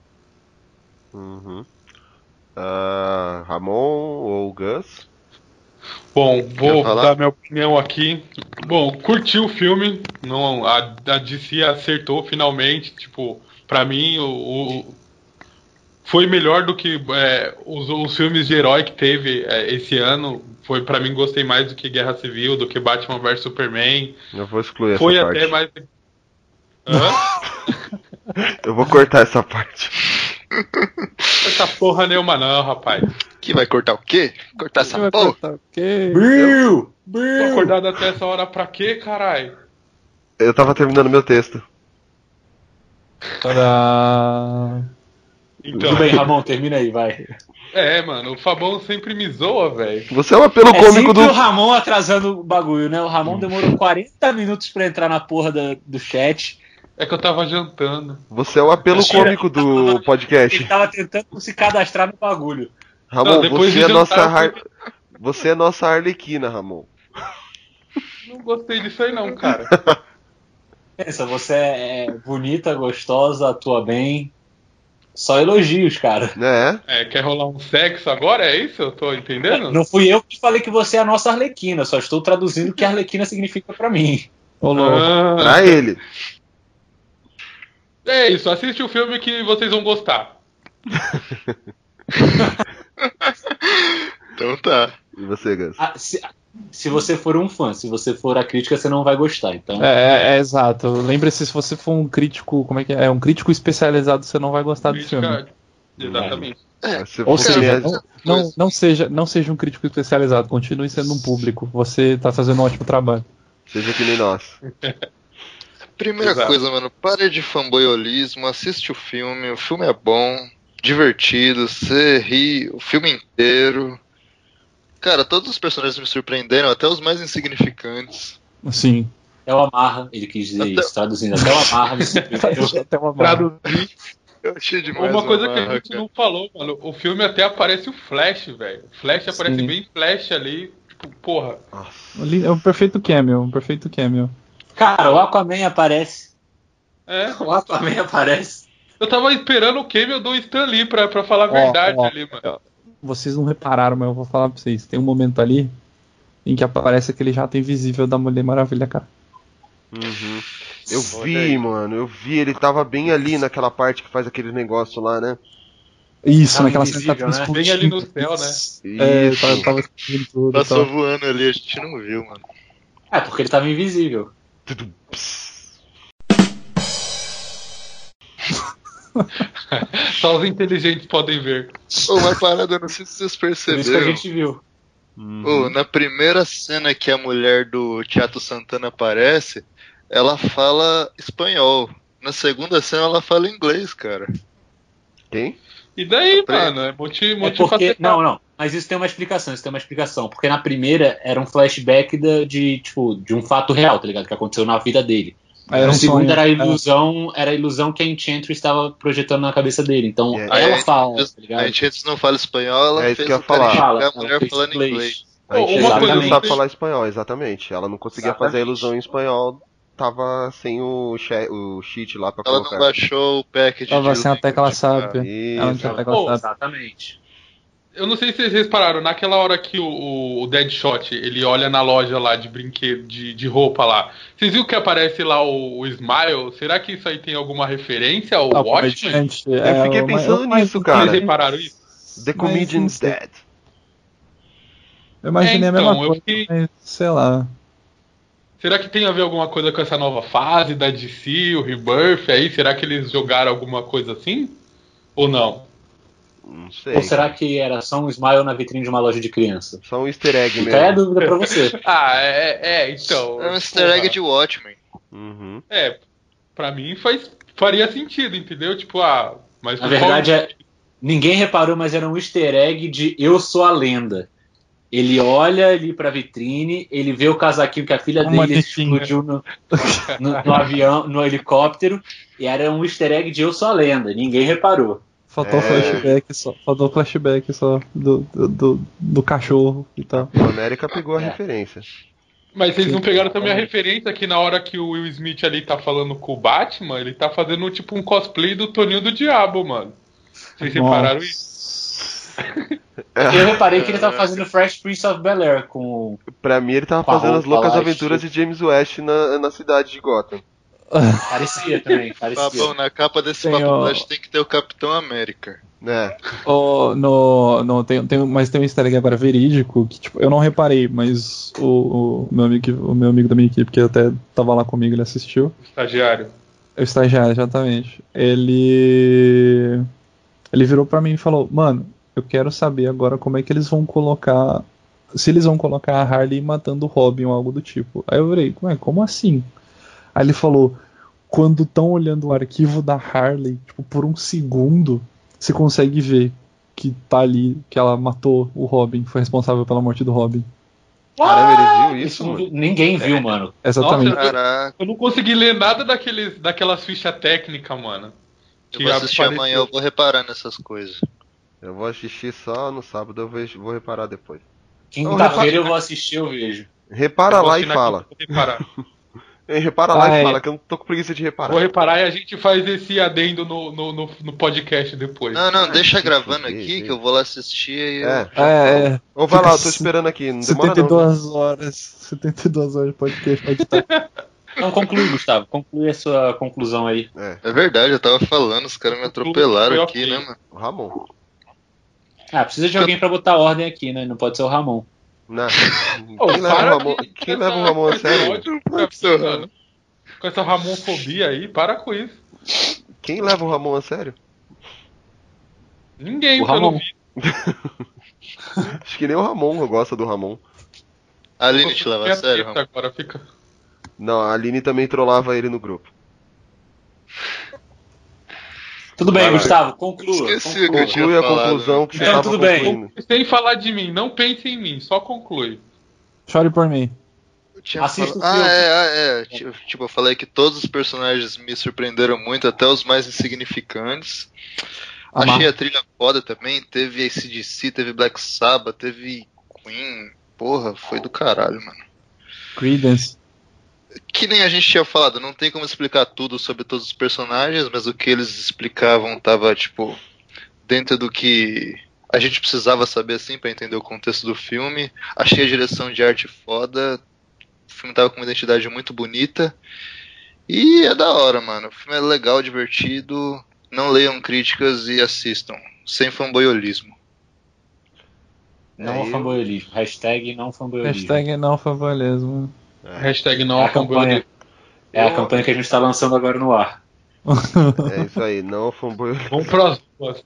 Ramon ou Gus? Bom, vou dar minha opinião aqui. Bom, curti o filme. Não, a DC acertou finalmente. Tipo, pra mim, foi melhor do que os filmes de herói que teve esse ano. Foi, pra mim, gostei mais do que Guerra Civil, do que Batman vs Superman. Eu vou excluir essa parte. Foi parte. até mais... Eu vou cortar essa parte. Essa porra nenhuma não, rapaz. Que vai cortar o quê? Cortar essa porra? Cortar o quê? Tô acordado até essa hora pra quê, caralho? Eu tava terminando meu texto. Tadá. Então, Tudo bem, Ramon, termina aí, vai. Mano, o Fabão sempre me zoa, velho. Você é um apelo cômico do... o Ramon atrasando o bagulho, né? O Ramon demorou 40 minutos pra entrar na porra do chat. É que eu tava jantando. Você é o apelo cômico do podcast. Ele tava tentando se cadastrar no bagulho. Ramon, você é nossa Arlequina, Ramon. Não gostei disso aí não, cara. Pensa, você é bonita, gostosa, atua bem. Só elogios, cara. Quer rolar um sexo agora? É isso? Eu tô entendendo? Não fui eu que falei que você é a nossa Arlequina, só estou traduzindo o que a Arlequina significa pra mim. Pra ele. É isso, assiste o filme que vocês vão gostar. Então tá. E você, Gus? Se você for um fã, se você for a crítica, você não vai gostar. Então... exato. Lembre-se, se você for um crítico, como é que é? Um crítico especializado, você não vai gostar do filme. Exatamente. Ou seja, não seja um crítico especializado, continue sendo um público. Você tá fazendo um ótimo trabalho. Seja que nem nós. Primeira coisa, mano, pare de fanboyolismo, assiste o filme é bom, divertido, você ri o filme inteiro. Cara, todos os personagens me surpreenderam, até os mais insignificantes. Sim. Até o Amarra, ele quis dizer isso, traduzindo, até o Amarra me surpreendeu. Até o Amarra. Eu achei demais. Uma coisa que a gente não falou, mano, o filme até aparece o Flash, velho. O Flash aparece bem Flash ali, tipo, porra. É um perfeito cameo, Cara, o Aquaman aparece. O Aquaman aparece. Eu tava esperando o cameo do Stan Lee pra falar a verdade ali, mano. Vocês não repararam, mas eu vou falar pra vocês. Tem um momento ali em que aparece aquele jato invisível da Mulher Maravilha, cara. Uhum. Eu vi, ele tava bem ali naquela parte que faz aquele negócio lá, né? Isso, naquela cena tá né? Bem ali no céu, né? Tava tudo. Passou voando ali, a gente não viu, mano. Porque ele tava invisível. Só os inteligentes podem ver. Uma parada, eu não sei se vocês perceberam. Isso que a gente viu. Na primeira cena que a mulher do Tiato Santana aparece, ela fala espanhol. Na segunda cena ela fala inglês, cara. Quem? E daí, mano? É motivo porque... Não. Mas isso tem uma explicação. Porque na primeira era um flashback de um fato real, tá ligado? Que aconteceu na vida dele. Na segunda era a ilusão que a Enchantress estava projetando na cabeça dele. Então ela fala, tá ligado? A Enchantress não fala espanhol, ela fez o cara enxergar a mulher falando inglês. A Enchantress não sabe falar espanhol, exatamente. Ela não conseguia fazer a ilusão em espanhol. Tava sem o cheat lá pra colocar. Ela não baixou o package. Tava sem a tecla sabe. Ela não tinha a tecla sabe. Exatamente. Eu não sei se vocês repararam, naquela hora que o Deadshot, ele olha na loja lá de brinquedo, de roupa lá. Vocês viram que aparece lá o Smile? Será que isso aí tem alguma referência ao Watchmen? Eu fiquei pensando nisso, cara. Vocês repararam isso? The Comedian's Dead. Eu imaginei a mesma coisa, mas sei lá. Será que tem a ver alguma coisa com essa nova fase da DC, o Rebirth aí? Será que eles jogaram alguma coisa assim? Ou não? Não sei. Ou será que era só um smile na vitrine de uma loja de criança? Só um easter egg mesmo. Fica aí a dúvida pra você. Então. É um easter egg de Watchmen. Uhum. Pra mim faria sentido, entendeu? Mas na verdade, ninguém reparou, mas era um easter egg de Eu Sou a Lenda. Ele olha ali pra vitrine, ele vê o casaquinho que a filha dele explodiu no avião, no helicóptero, e era um easter egg de Eu Sou a Lenda. Ninguém reparou. Faltou flashback só do cachorro e tal. A América pegou a referência. Mas vocês não pegaram também a referência que na hora que o Will Smith ali tá falando com o Batman, ele tá fazendo um cosplay do Toninho do Diabo, mano. Vocês repararam isso? Eu reparei que ele tava fazendo Fresh Prince of Bel-Air com... Pra mim ele tava fazendo as loucas aventuras de James West na cidade de Gotham. Parecia também, parecia. Na capa desse Papo Flash tem que ter o Capitão América. Mas tem um easter egg agora verídico que tipo, eu não reparei, mas o meu amigo da minha equipe, que até tava lá comigo, ele assistiu. Estagiário. O estagiário, exatamente. Ele virou pra mim e falou: mano, eu quero saber agora como é que eles vão colocar. Se eles vão colocar a Harley matando o Robin ou algo do tipo. Aí eu falei: como assim? Aí ele falou: quando estão olhando o arquivo da Harley, tipo, por um segundo, você consegue ver que tá ali, que ela matou o Robin, foi responsável pela morte do Robin. Caramba, ele viu isso, mano? Ninguém viu, mano. Exatamente. Nossa, eu não consegui ler nada daquelas fichas técnicas, mano. Eu vou assistir amanhã, eu vou reparar nessas coisas. Eu vou assistir só no sábado, eu vou reparar depois. Quinta-feira eu vou assistir, eu vejo. Repara lá e fala. Repara lá e fala, que eu não tô com preguiça de reparar. Vou reparar e a gente faz esse adendo no podcast depois. Não, deixa gravando aqui que eu vou lá assistir e Ou vai lá, eu tô esperando aqui, não demora 72 horas de podcast pra editar. Não, conclui, Gustavo, conclui a sua conclusão aí. É verdade, eu tava falando, os caras me atropelaram aqui, né, mano? O Ramon. Precisa de alguém pra botar ordem aqui, né? Não pode ser o Ramon. Não. Quem leva o Ramon a sério? Com essa Ramonfobia aí, para com isso. Quem leva o Ramon a sério? Ninguém, pelo visto. Acho que nem o Ramon gosta do Ramon. A Aline te leva a sério, Ramon? Agora fica... Não, a Aline também trollava ele no grupo. Tudo bem, Gustavo, conclua. Esqueci que eu tinha falado. A conclusão que você então, tava tudo bem. Sem falar de mim, não pense em mim, só conclui. Chore por mim. Assista o filme. Tipo, eu falei que todos os personagens me surpreenderam muito, até os mais insignificantes. Achei a trilha foda também. Teve AC/DC, teve Black Sabbath, teve Queen. Porra, foi do caralho, mano. Creedence. Que nem a gente tinha falado, não tem como explicar tudo sobre todos os personagens, mas o que eles explicavam tava, tipo, dentro do que a gente precisava saber, assim, pra entender o contexto do filme. Achei a direção de arte foda, o filme tava com uma identidade muito bonita, e é da hora, mano. O filme é legal, divertido, não leiam críticas e assistam, sem fanboyolismo. Não fanboyolismo, hashtag não fanboyolismo. Hashtag não fanboyolismo. Hashtag não fanboyolismo. É a campanha que a gente tá lançando agora no ar. É isso aí, não fanboyolismo. Vamos próximo.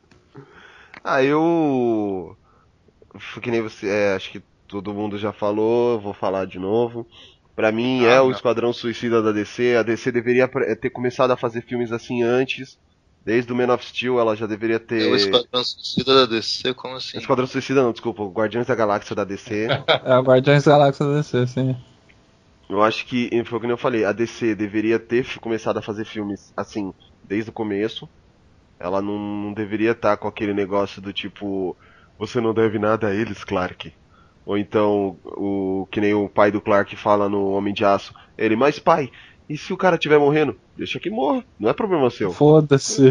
Eu... Que nem você, acho que todo mundo já falou, vou falar de novo. Pra mim o Esquadrão Suicida da DC. A DC deveria ter começado a fazer filmes assim antes. Desde o Man of Steel ela já deveria ter... O Esquadrão Suicida da DC, como assim? Esquadrão Suicida não, desculpa, o Guardiões da Galáxia da DC. É o Guardiões da Galáxia da DC, sim. Eu acho que, foi como eu falei, a DC deveria ter começado a fazer filmes assim, desde o começo. Ela não deveria estar com aquele negócio do tipo, você não deve nada a eles, Clark. Ou então, que nem o pai do Clark fala no Homem de Aço, mas pai, e se o cara estiver morrendo? Deixa que morra, não é problema seu. Foda-se.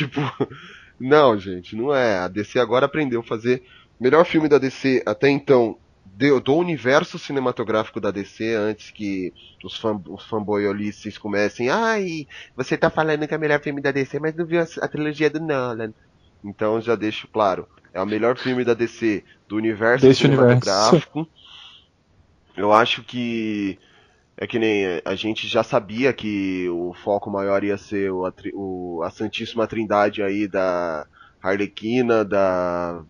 Não, gente, não é. A DC agora aprendeu a fazer o melhor filme da DC até então, do universo cinematográfico da DC, antes que os fanboyolices comecem, você tá falando que é o melhor filme da DC, mas não viu a trilogia do Nolan. Então já deixo claro, é o melhor filme da DC do universo cinematográfico. Eu acho que é que nem a gente já sabia que o foco maior ia ser a Santíssima Trindade aí da Arlequina, da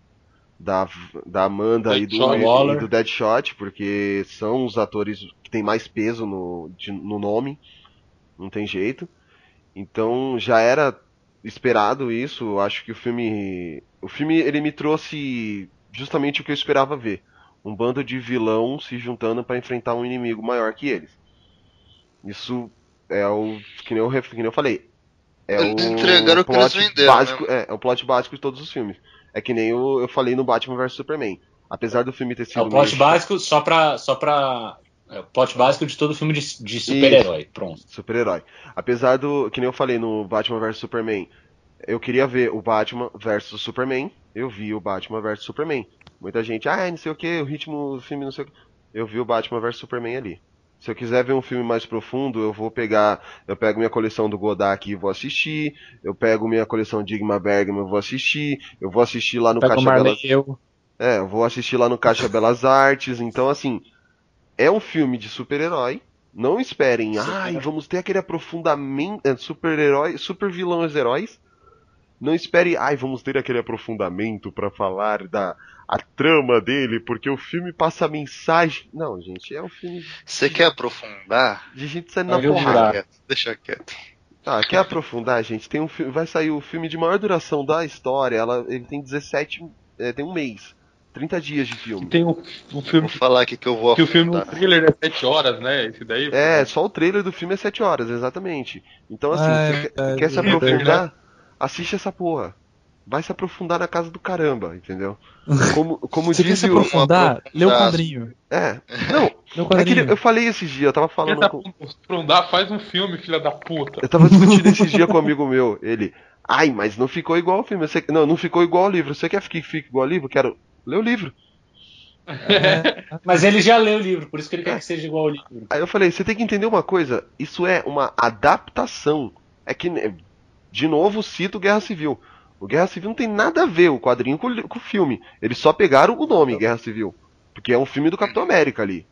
Amanda e do Deadshot, porque são os atores que tem mais peso no nome, não tem jeito. Então já era esperado isso. Eu acho que o filme ele me trouxe justamente o que eu esperava ver, um bando de vilão se juntando para enfrentar um inimigo maior que eles. Isso é que nem eu falei, entregaram o plot básico, é o plot básico de todos os filmes. É que nem eu falei no Batman vs Superman. Apesar do filme ter sido... o plot básico só pra... É o plot básico de todo filme de super-herói. Isso. Pronto. Super-herói. Apesar do... Que nem eu falei no Batman vs Superman. Eu queria ver o Batman vs Superman. Eu vi o Batman vs Superman. Muita gente... não sei o que, o ritmo do filme não sei o que. Eu vi o Batman vs Superman ali. Se eu quiser ver um filme mais profundo, eu pego minha coleção do Godard e vou assistir, eu pego minha coleção de Ingmar Bergman e vou assistir, eu vou assistir lá no Caixa Belas... eu vou assistir lá no Caixa Belas Artes. Então, assim, é um filme de super-herói. Não esperem, vamos ter aquele aprofundamento, super-herói, super-vilões heróis. Não espere, vamos ter aquele aprofundamento pra falar a trama dele, porque o filme passa a mensagem. Não, gente, é um filme... Você quer aprofundar? De gente saindo na porrada. Deixa quieto. Quer aprofundar, gente? Tem vai sair o filme de maior duração da história. Ele tem 17... tem um mês. 30 dias de filme. Tem um filme... Vou falar aqui que eu vou afundar. Que o filme, o trailer é 7 horas, né? Esse daí... Só o trailer do filme é 7 horas, exatamente. Então, assim, você quer se aprofundar? Assiste essa porra. Vai se aprofundar na casa do caramba, entendeu? Como você quer se aprofundar? Lê o quadrinho. Não, eu falei esses dias, eu tava falando... Quer se aprofundar? Faz um filme, filha da puta. Eu tava discutindo esses dias com um amigo meu, ele... mas não ficou igual ao filme. Não ficou igual ao livro. Você quer que fique igual ao livro? Quero ler o livro. Mas ele já leu o livro, por isso que ele quer que seja igual ao livro. Aí eu falei, você tem que entender uma coisa, isso é uma adaptação. É que, de novo, cito Guerra Civil. O Guerra Civil não tem nada a ver o quadrinho com o filme. Eles só pegaram o nome Guerra Civil, porque é um filme do Capitão América ali.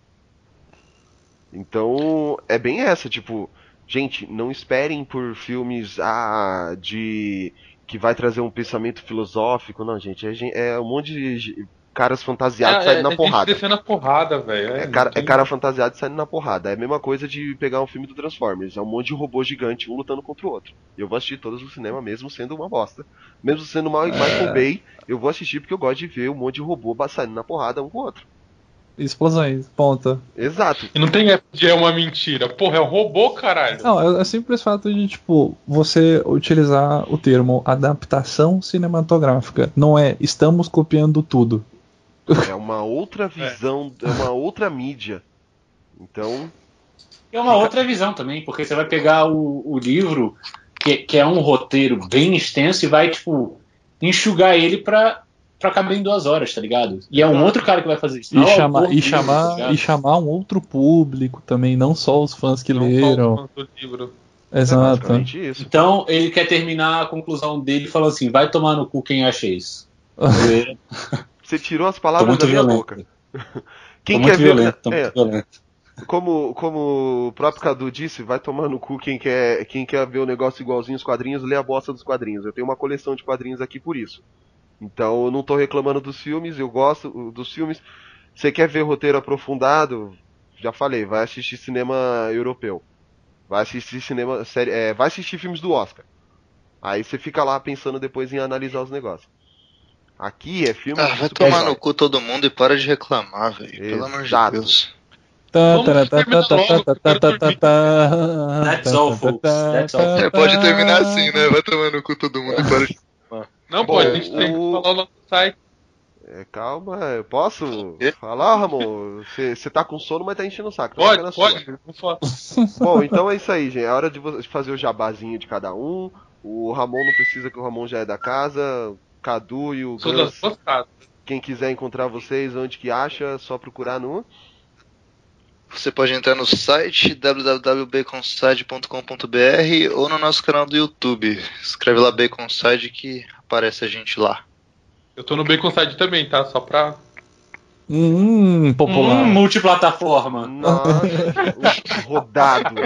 Então, é bem essa, tipo, gente, não esperem por filmes que vai trazer um pensamento filosófico. Não, gente, é um monte de caras fantasiados saindo na porrada. Na porrada, velho. É cara fantasiado saindo na porrada. É a mesma coisa de pegar um filme do Transformers. É um monte de robô gigante, um lutando contra o outro. E eu vou assistir todos no cinema, mesmo sendo uma bosta. Mesmo sendo Michael Bay, eu vou assistir porque eu gosto de ver um monte de robô saindo na porrada um com o outro. Explosões, ponta. Exato. E não tem é uma mentira. Porra, é um robô, caralho. Não, é simples fato de, tipo, você utilizar o termo adaptação cinematográfica. Não é estamos copiando tudo. É uma outra visão, é uma outra mídia. Então... É uma outra visão também, porque você vai pegar o livro, que é um roteiro bem extenso, e vai, tipo, enxugar ele pra caber em 2 horas, tá ligado? E é um outro cara que vai fazer isso. E chamar um outro público também, não só os fãs que leram. Só os fãs do livro. Exato. Então, ele quer terminar a conclusão dele falando assim, vai tomar no cu quem acha isso. Você tirou as palavras da minha boca. Quem quer ver... Como o próprio Cadu disse, vai tomar no cu quem quer ver o negócio igualzinho aos quadrinhos, lê a bosta dos quadrinhos. Eu tenho uma coleção de quadrinhos aqui por isso. Então eu não tô reclamando dos filmes, eu gosto dos filmes. Você quer ver roteiro aprofundado? Já falei, vai assistir cinema europeu. Vai assistir vai assistir filmes do Oscar. Aí você fica lá pensando depois em analisar os negócios. Aqui é filme... vai tomar no cu todo mundo e para de reclamar, velho. Pelo amor de Deus. That's all, folks. That's all. Pode terminar assim, né? Vai tomar no cu todo mundo e para de reclamar. Não, pô, a gente tem que falar o nosso site. Calma, eu posso falar, Ramon? Você tá com sono, mas tá enchendo o saco. Pode. Bom, então é isso aí, gente. É hora de fazer o jabazinho de cada um. O Ramon não precisa, que o Ramon já é da casa. Cadu e o Gus, quem quiser encontrar vocês, onde que acha, só procurar no... Você pode entrar no site www.baconside.com.br ou no nosso canal do YouTube. Escreve lá Baconside que aparece a gente lá. Eu tô no Baconside também, tá? Só pra... Popular. Multiplataforma. Nossa, rodado.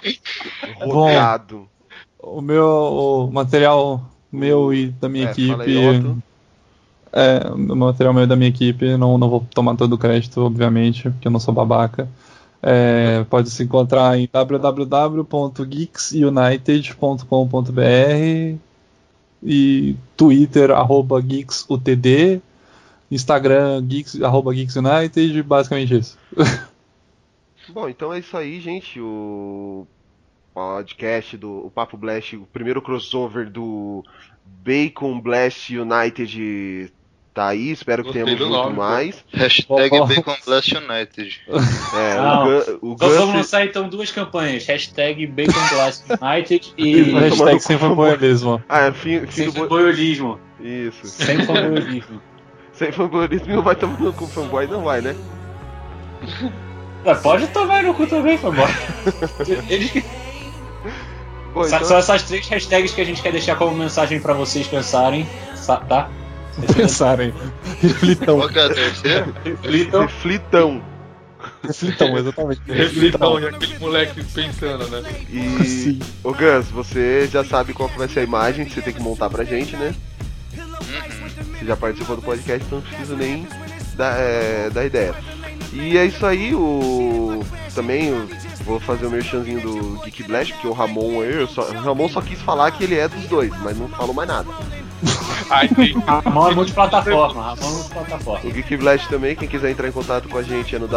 Bom, o material... meu e da minha equipe. O material meu e da minha equipe, não vou tomar todo o crédito, obviamente, porque eu não sou babaca. Pode se encontrar em www.geeksunited.com.br e Twitter @geeksutd, Instagram @geeksunited, basicamente isso. Bom, então é isso aí, gente. O podcast do Papo Blast, o primeiro crossover do Bacon Blast United tá aí, espero que tenhamos muito mais. Hashtag Bacon Blast United. Nós vamos lançar então 2 campanhas, hashtag Bacon Blast United e hashtag sem fanboyismo. Sem fanboyismo. Isso. Sem fanboyismo. Sem fanboyismo não vai tomar com fanboy, não vai, né? Pode tomar no cu também, foi embora. São essas 3 hashtags que a gente quer deixar como mensagem pra vocês pensarem, tá? Pensarem. Reflitam. Qual que é a terceira? Reflitam. Reflitam, exatamente. Reflitam, e aquele moleque pensando, né? E, ô Gus, você já sabe qual que vai ser a imagem que você tem que montar pra gente, né? Você já participou do podcast, então não preciso nem dar ideia. E é isso aí, também vou fazer o merchanzinho do Geek Blast, porque o Ramon só quis falar que ele é dos dois, mas não falou mais nada. Ramon é multiplataforma. O Geek Blast também, quem quiser entrar em contato com a gente é no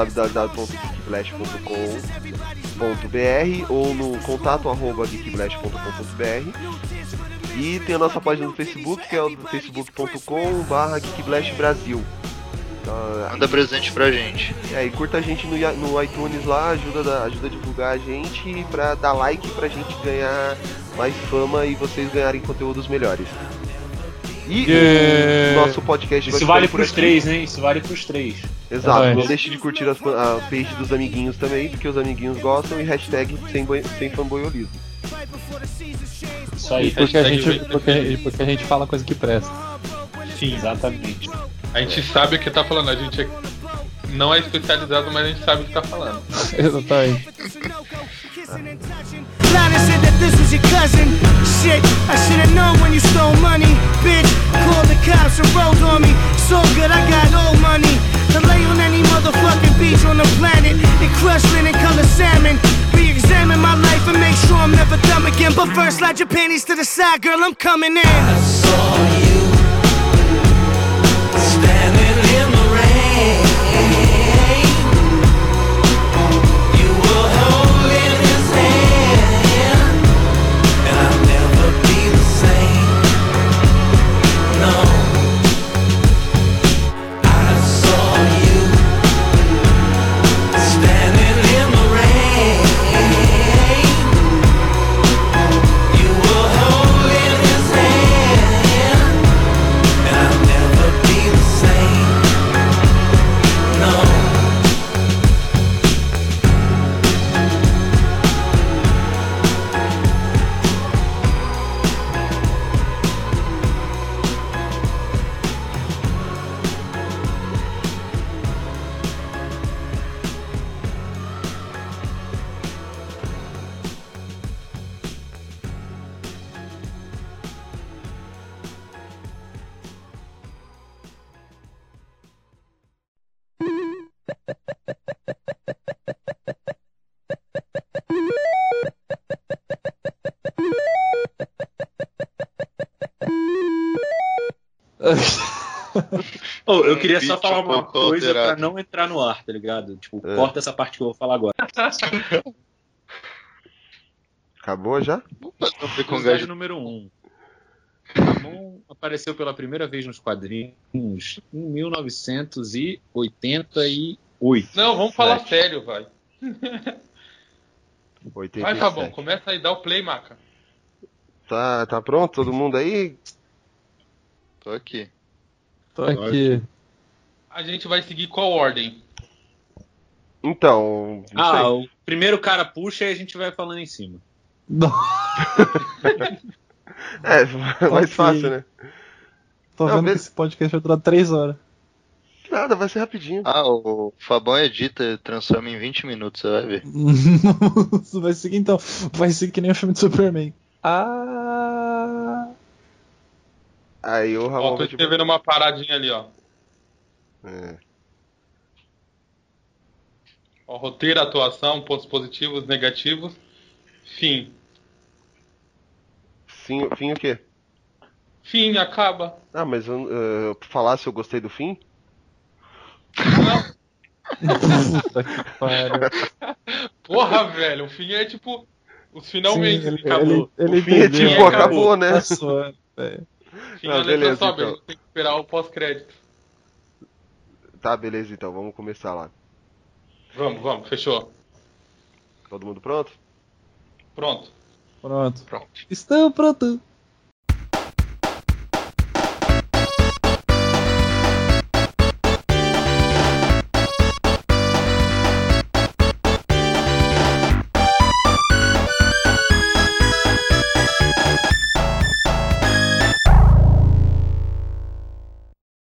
www.geekblast.com.br ou no contato@geekblast.com.br. E tem a nossa página no Facebook, que é o facebook.com/geekblastbrasil. Manda presente pra gente. E curta a gente no iTunes lá, ajuda a divulgar a gente pra dar like pra gente ganhar mais fama e vocês ganharem conteúdos melhores. E o nosso podcast Isso vale pros 3, né? Isso vale pros 3. Exato, não deixe de curtir a page dos amiguinhos também, porque os amiguinhos gostam, e hashtag sem fanboyolismo. Isso aí, porque a gente fala coisa que presta. Sim, exatamente. A gente sabe o que tá falando, a gente não é especializado, mas a gente sabe o que tá falando. Exatamente. Lana said that this was your cousin. Shit, I should've known when you stole money. Bitch, called the cops and rolled on me. So good, I got old money to lay on any motherfucking beach on the planet and crush linen color salmon. Re-examine my life and make sure I'm never dumb again. But first, slide your panties to the side, girl, I'm coming in. I saw you standing in the rain. Eu queria só falar uma coisa pra não entrar no ar, tá ligado? Tipo, corta essa parte que eu vou falar agora. Acabou já? Episódio número 1. Ramon apareceu pela primeira vez nos quadrinhos em 1988. Não, vamos falar sério, vai. 87. Vai, Fabão, começa aí, dá o play, Maca. Tá pronto? Todo mundo aí? Tô aqui. Tô aqui. A gente vai seguir qual ordem? Então. O primeiro cara puxa e a gente vai falando em cima. Mais fácil, né? Tô vendo que esse podcast vai durar 3 horas. Nada, vai ser rapidinho. O Fabão edita, transforma em 20 minutos, você vai ver. Vai seguir então. Vai seguir que nem o filme de Superman. Aí o Ramon. Tô escrevendo uma paradinha ali, ó. Roteiro, atuação, pontos positivos, negativos. Fim. Fim o quê? Fim, acaba. Mas eu falar se eu gostei do fim? Puta que pariu. Porra, velho, o fim é tipo. Os finalmente. Sim, acabou. O fim é tipo, acabou, né? Passou, Fim, a letra sobe, então. Tem que esperar o pós-crédito. Tá, beleza então, vamos começar lá. Vamos, fechou. Todo mundo pronto? Pronto. Estou pronto.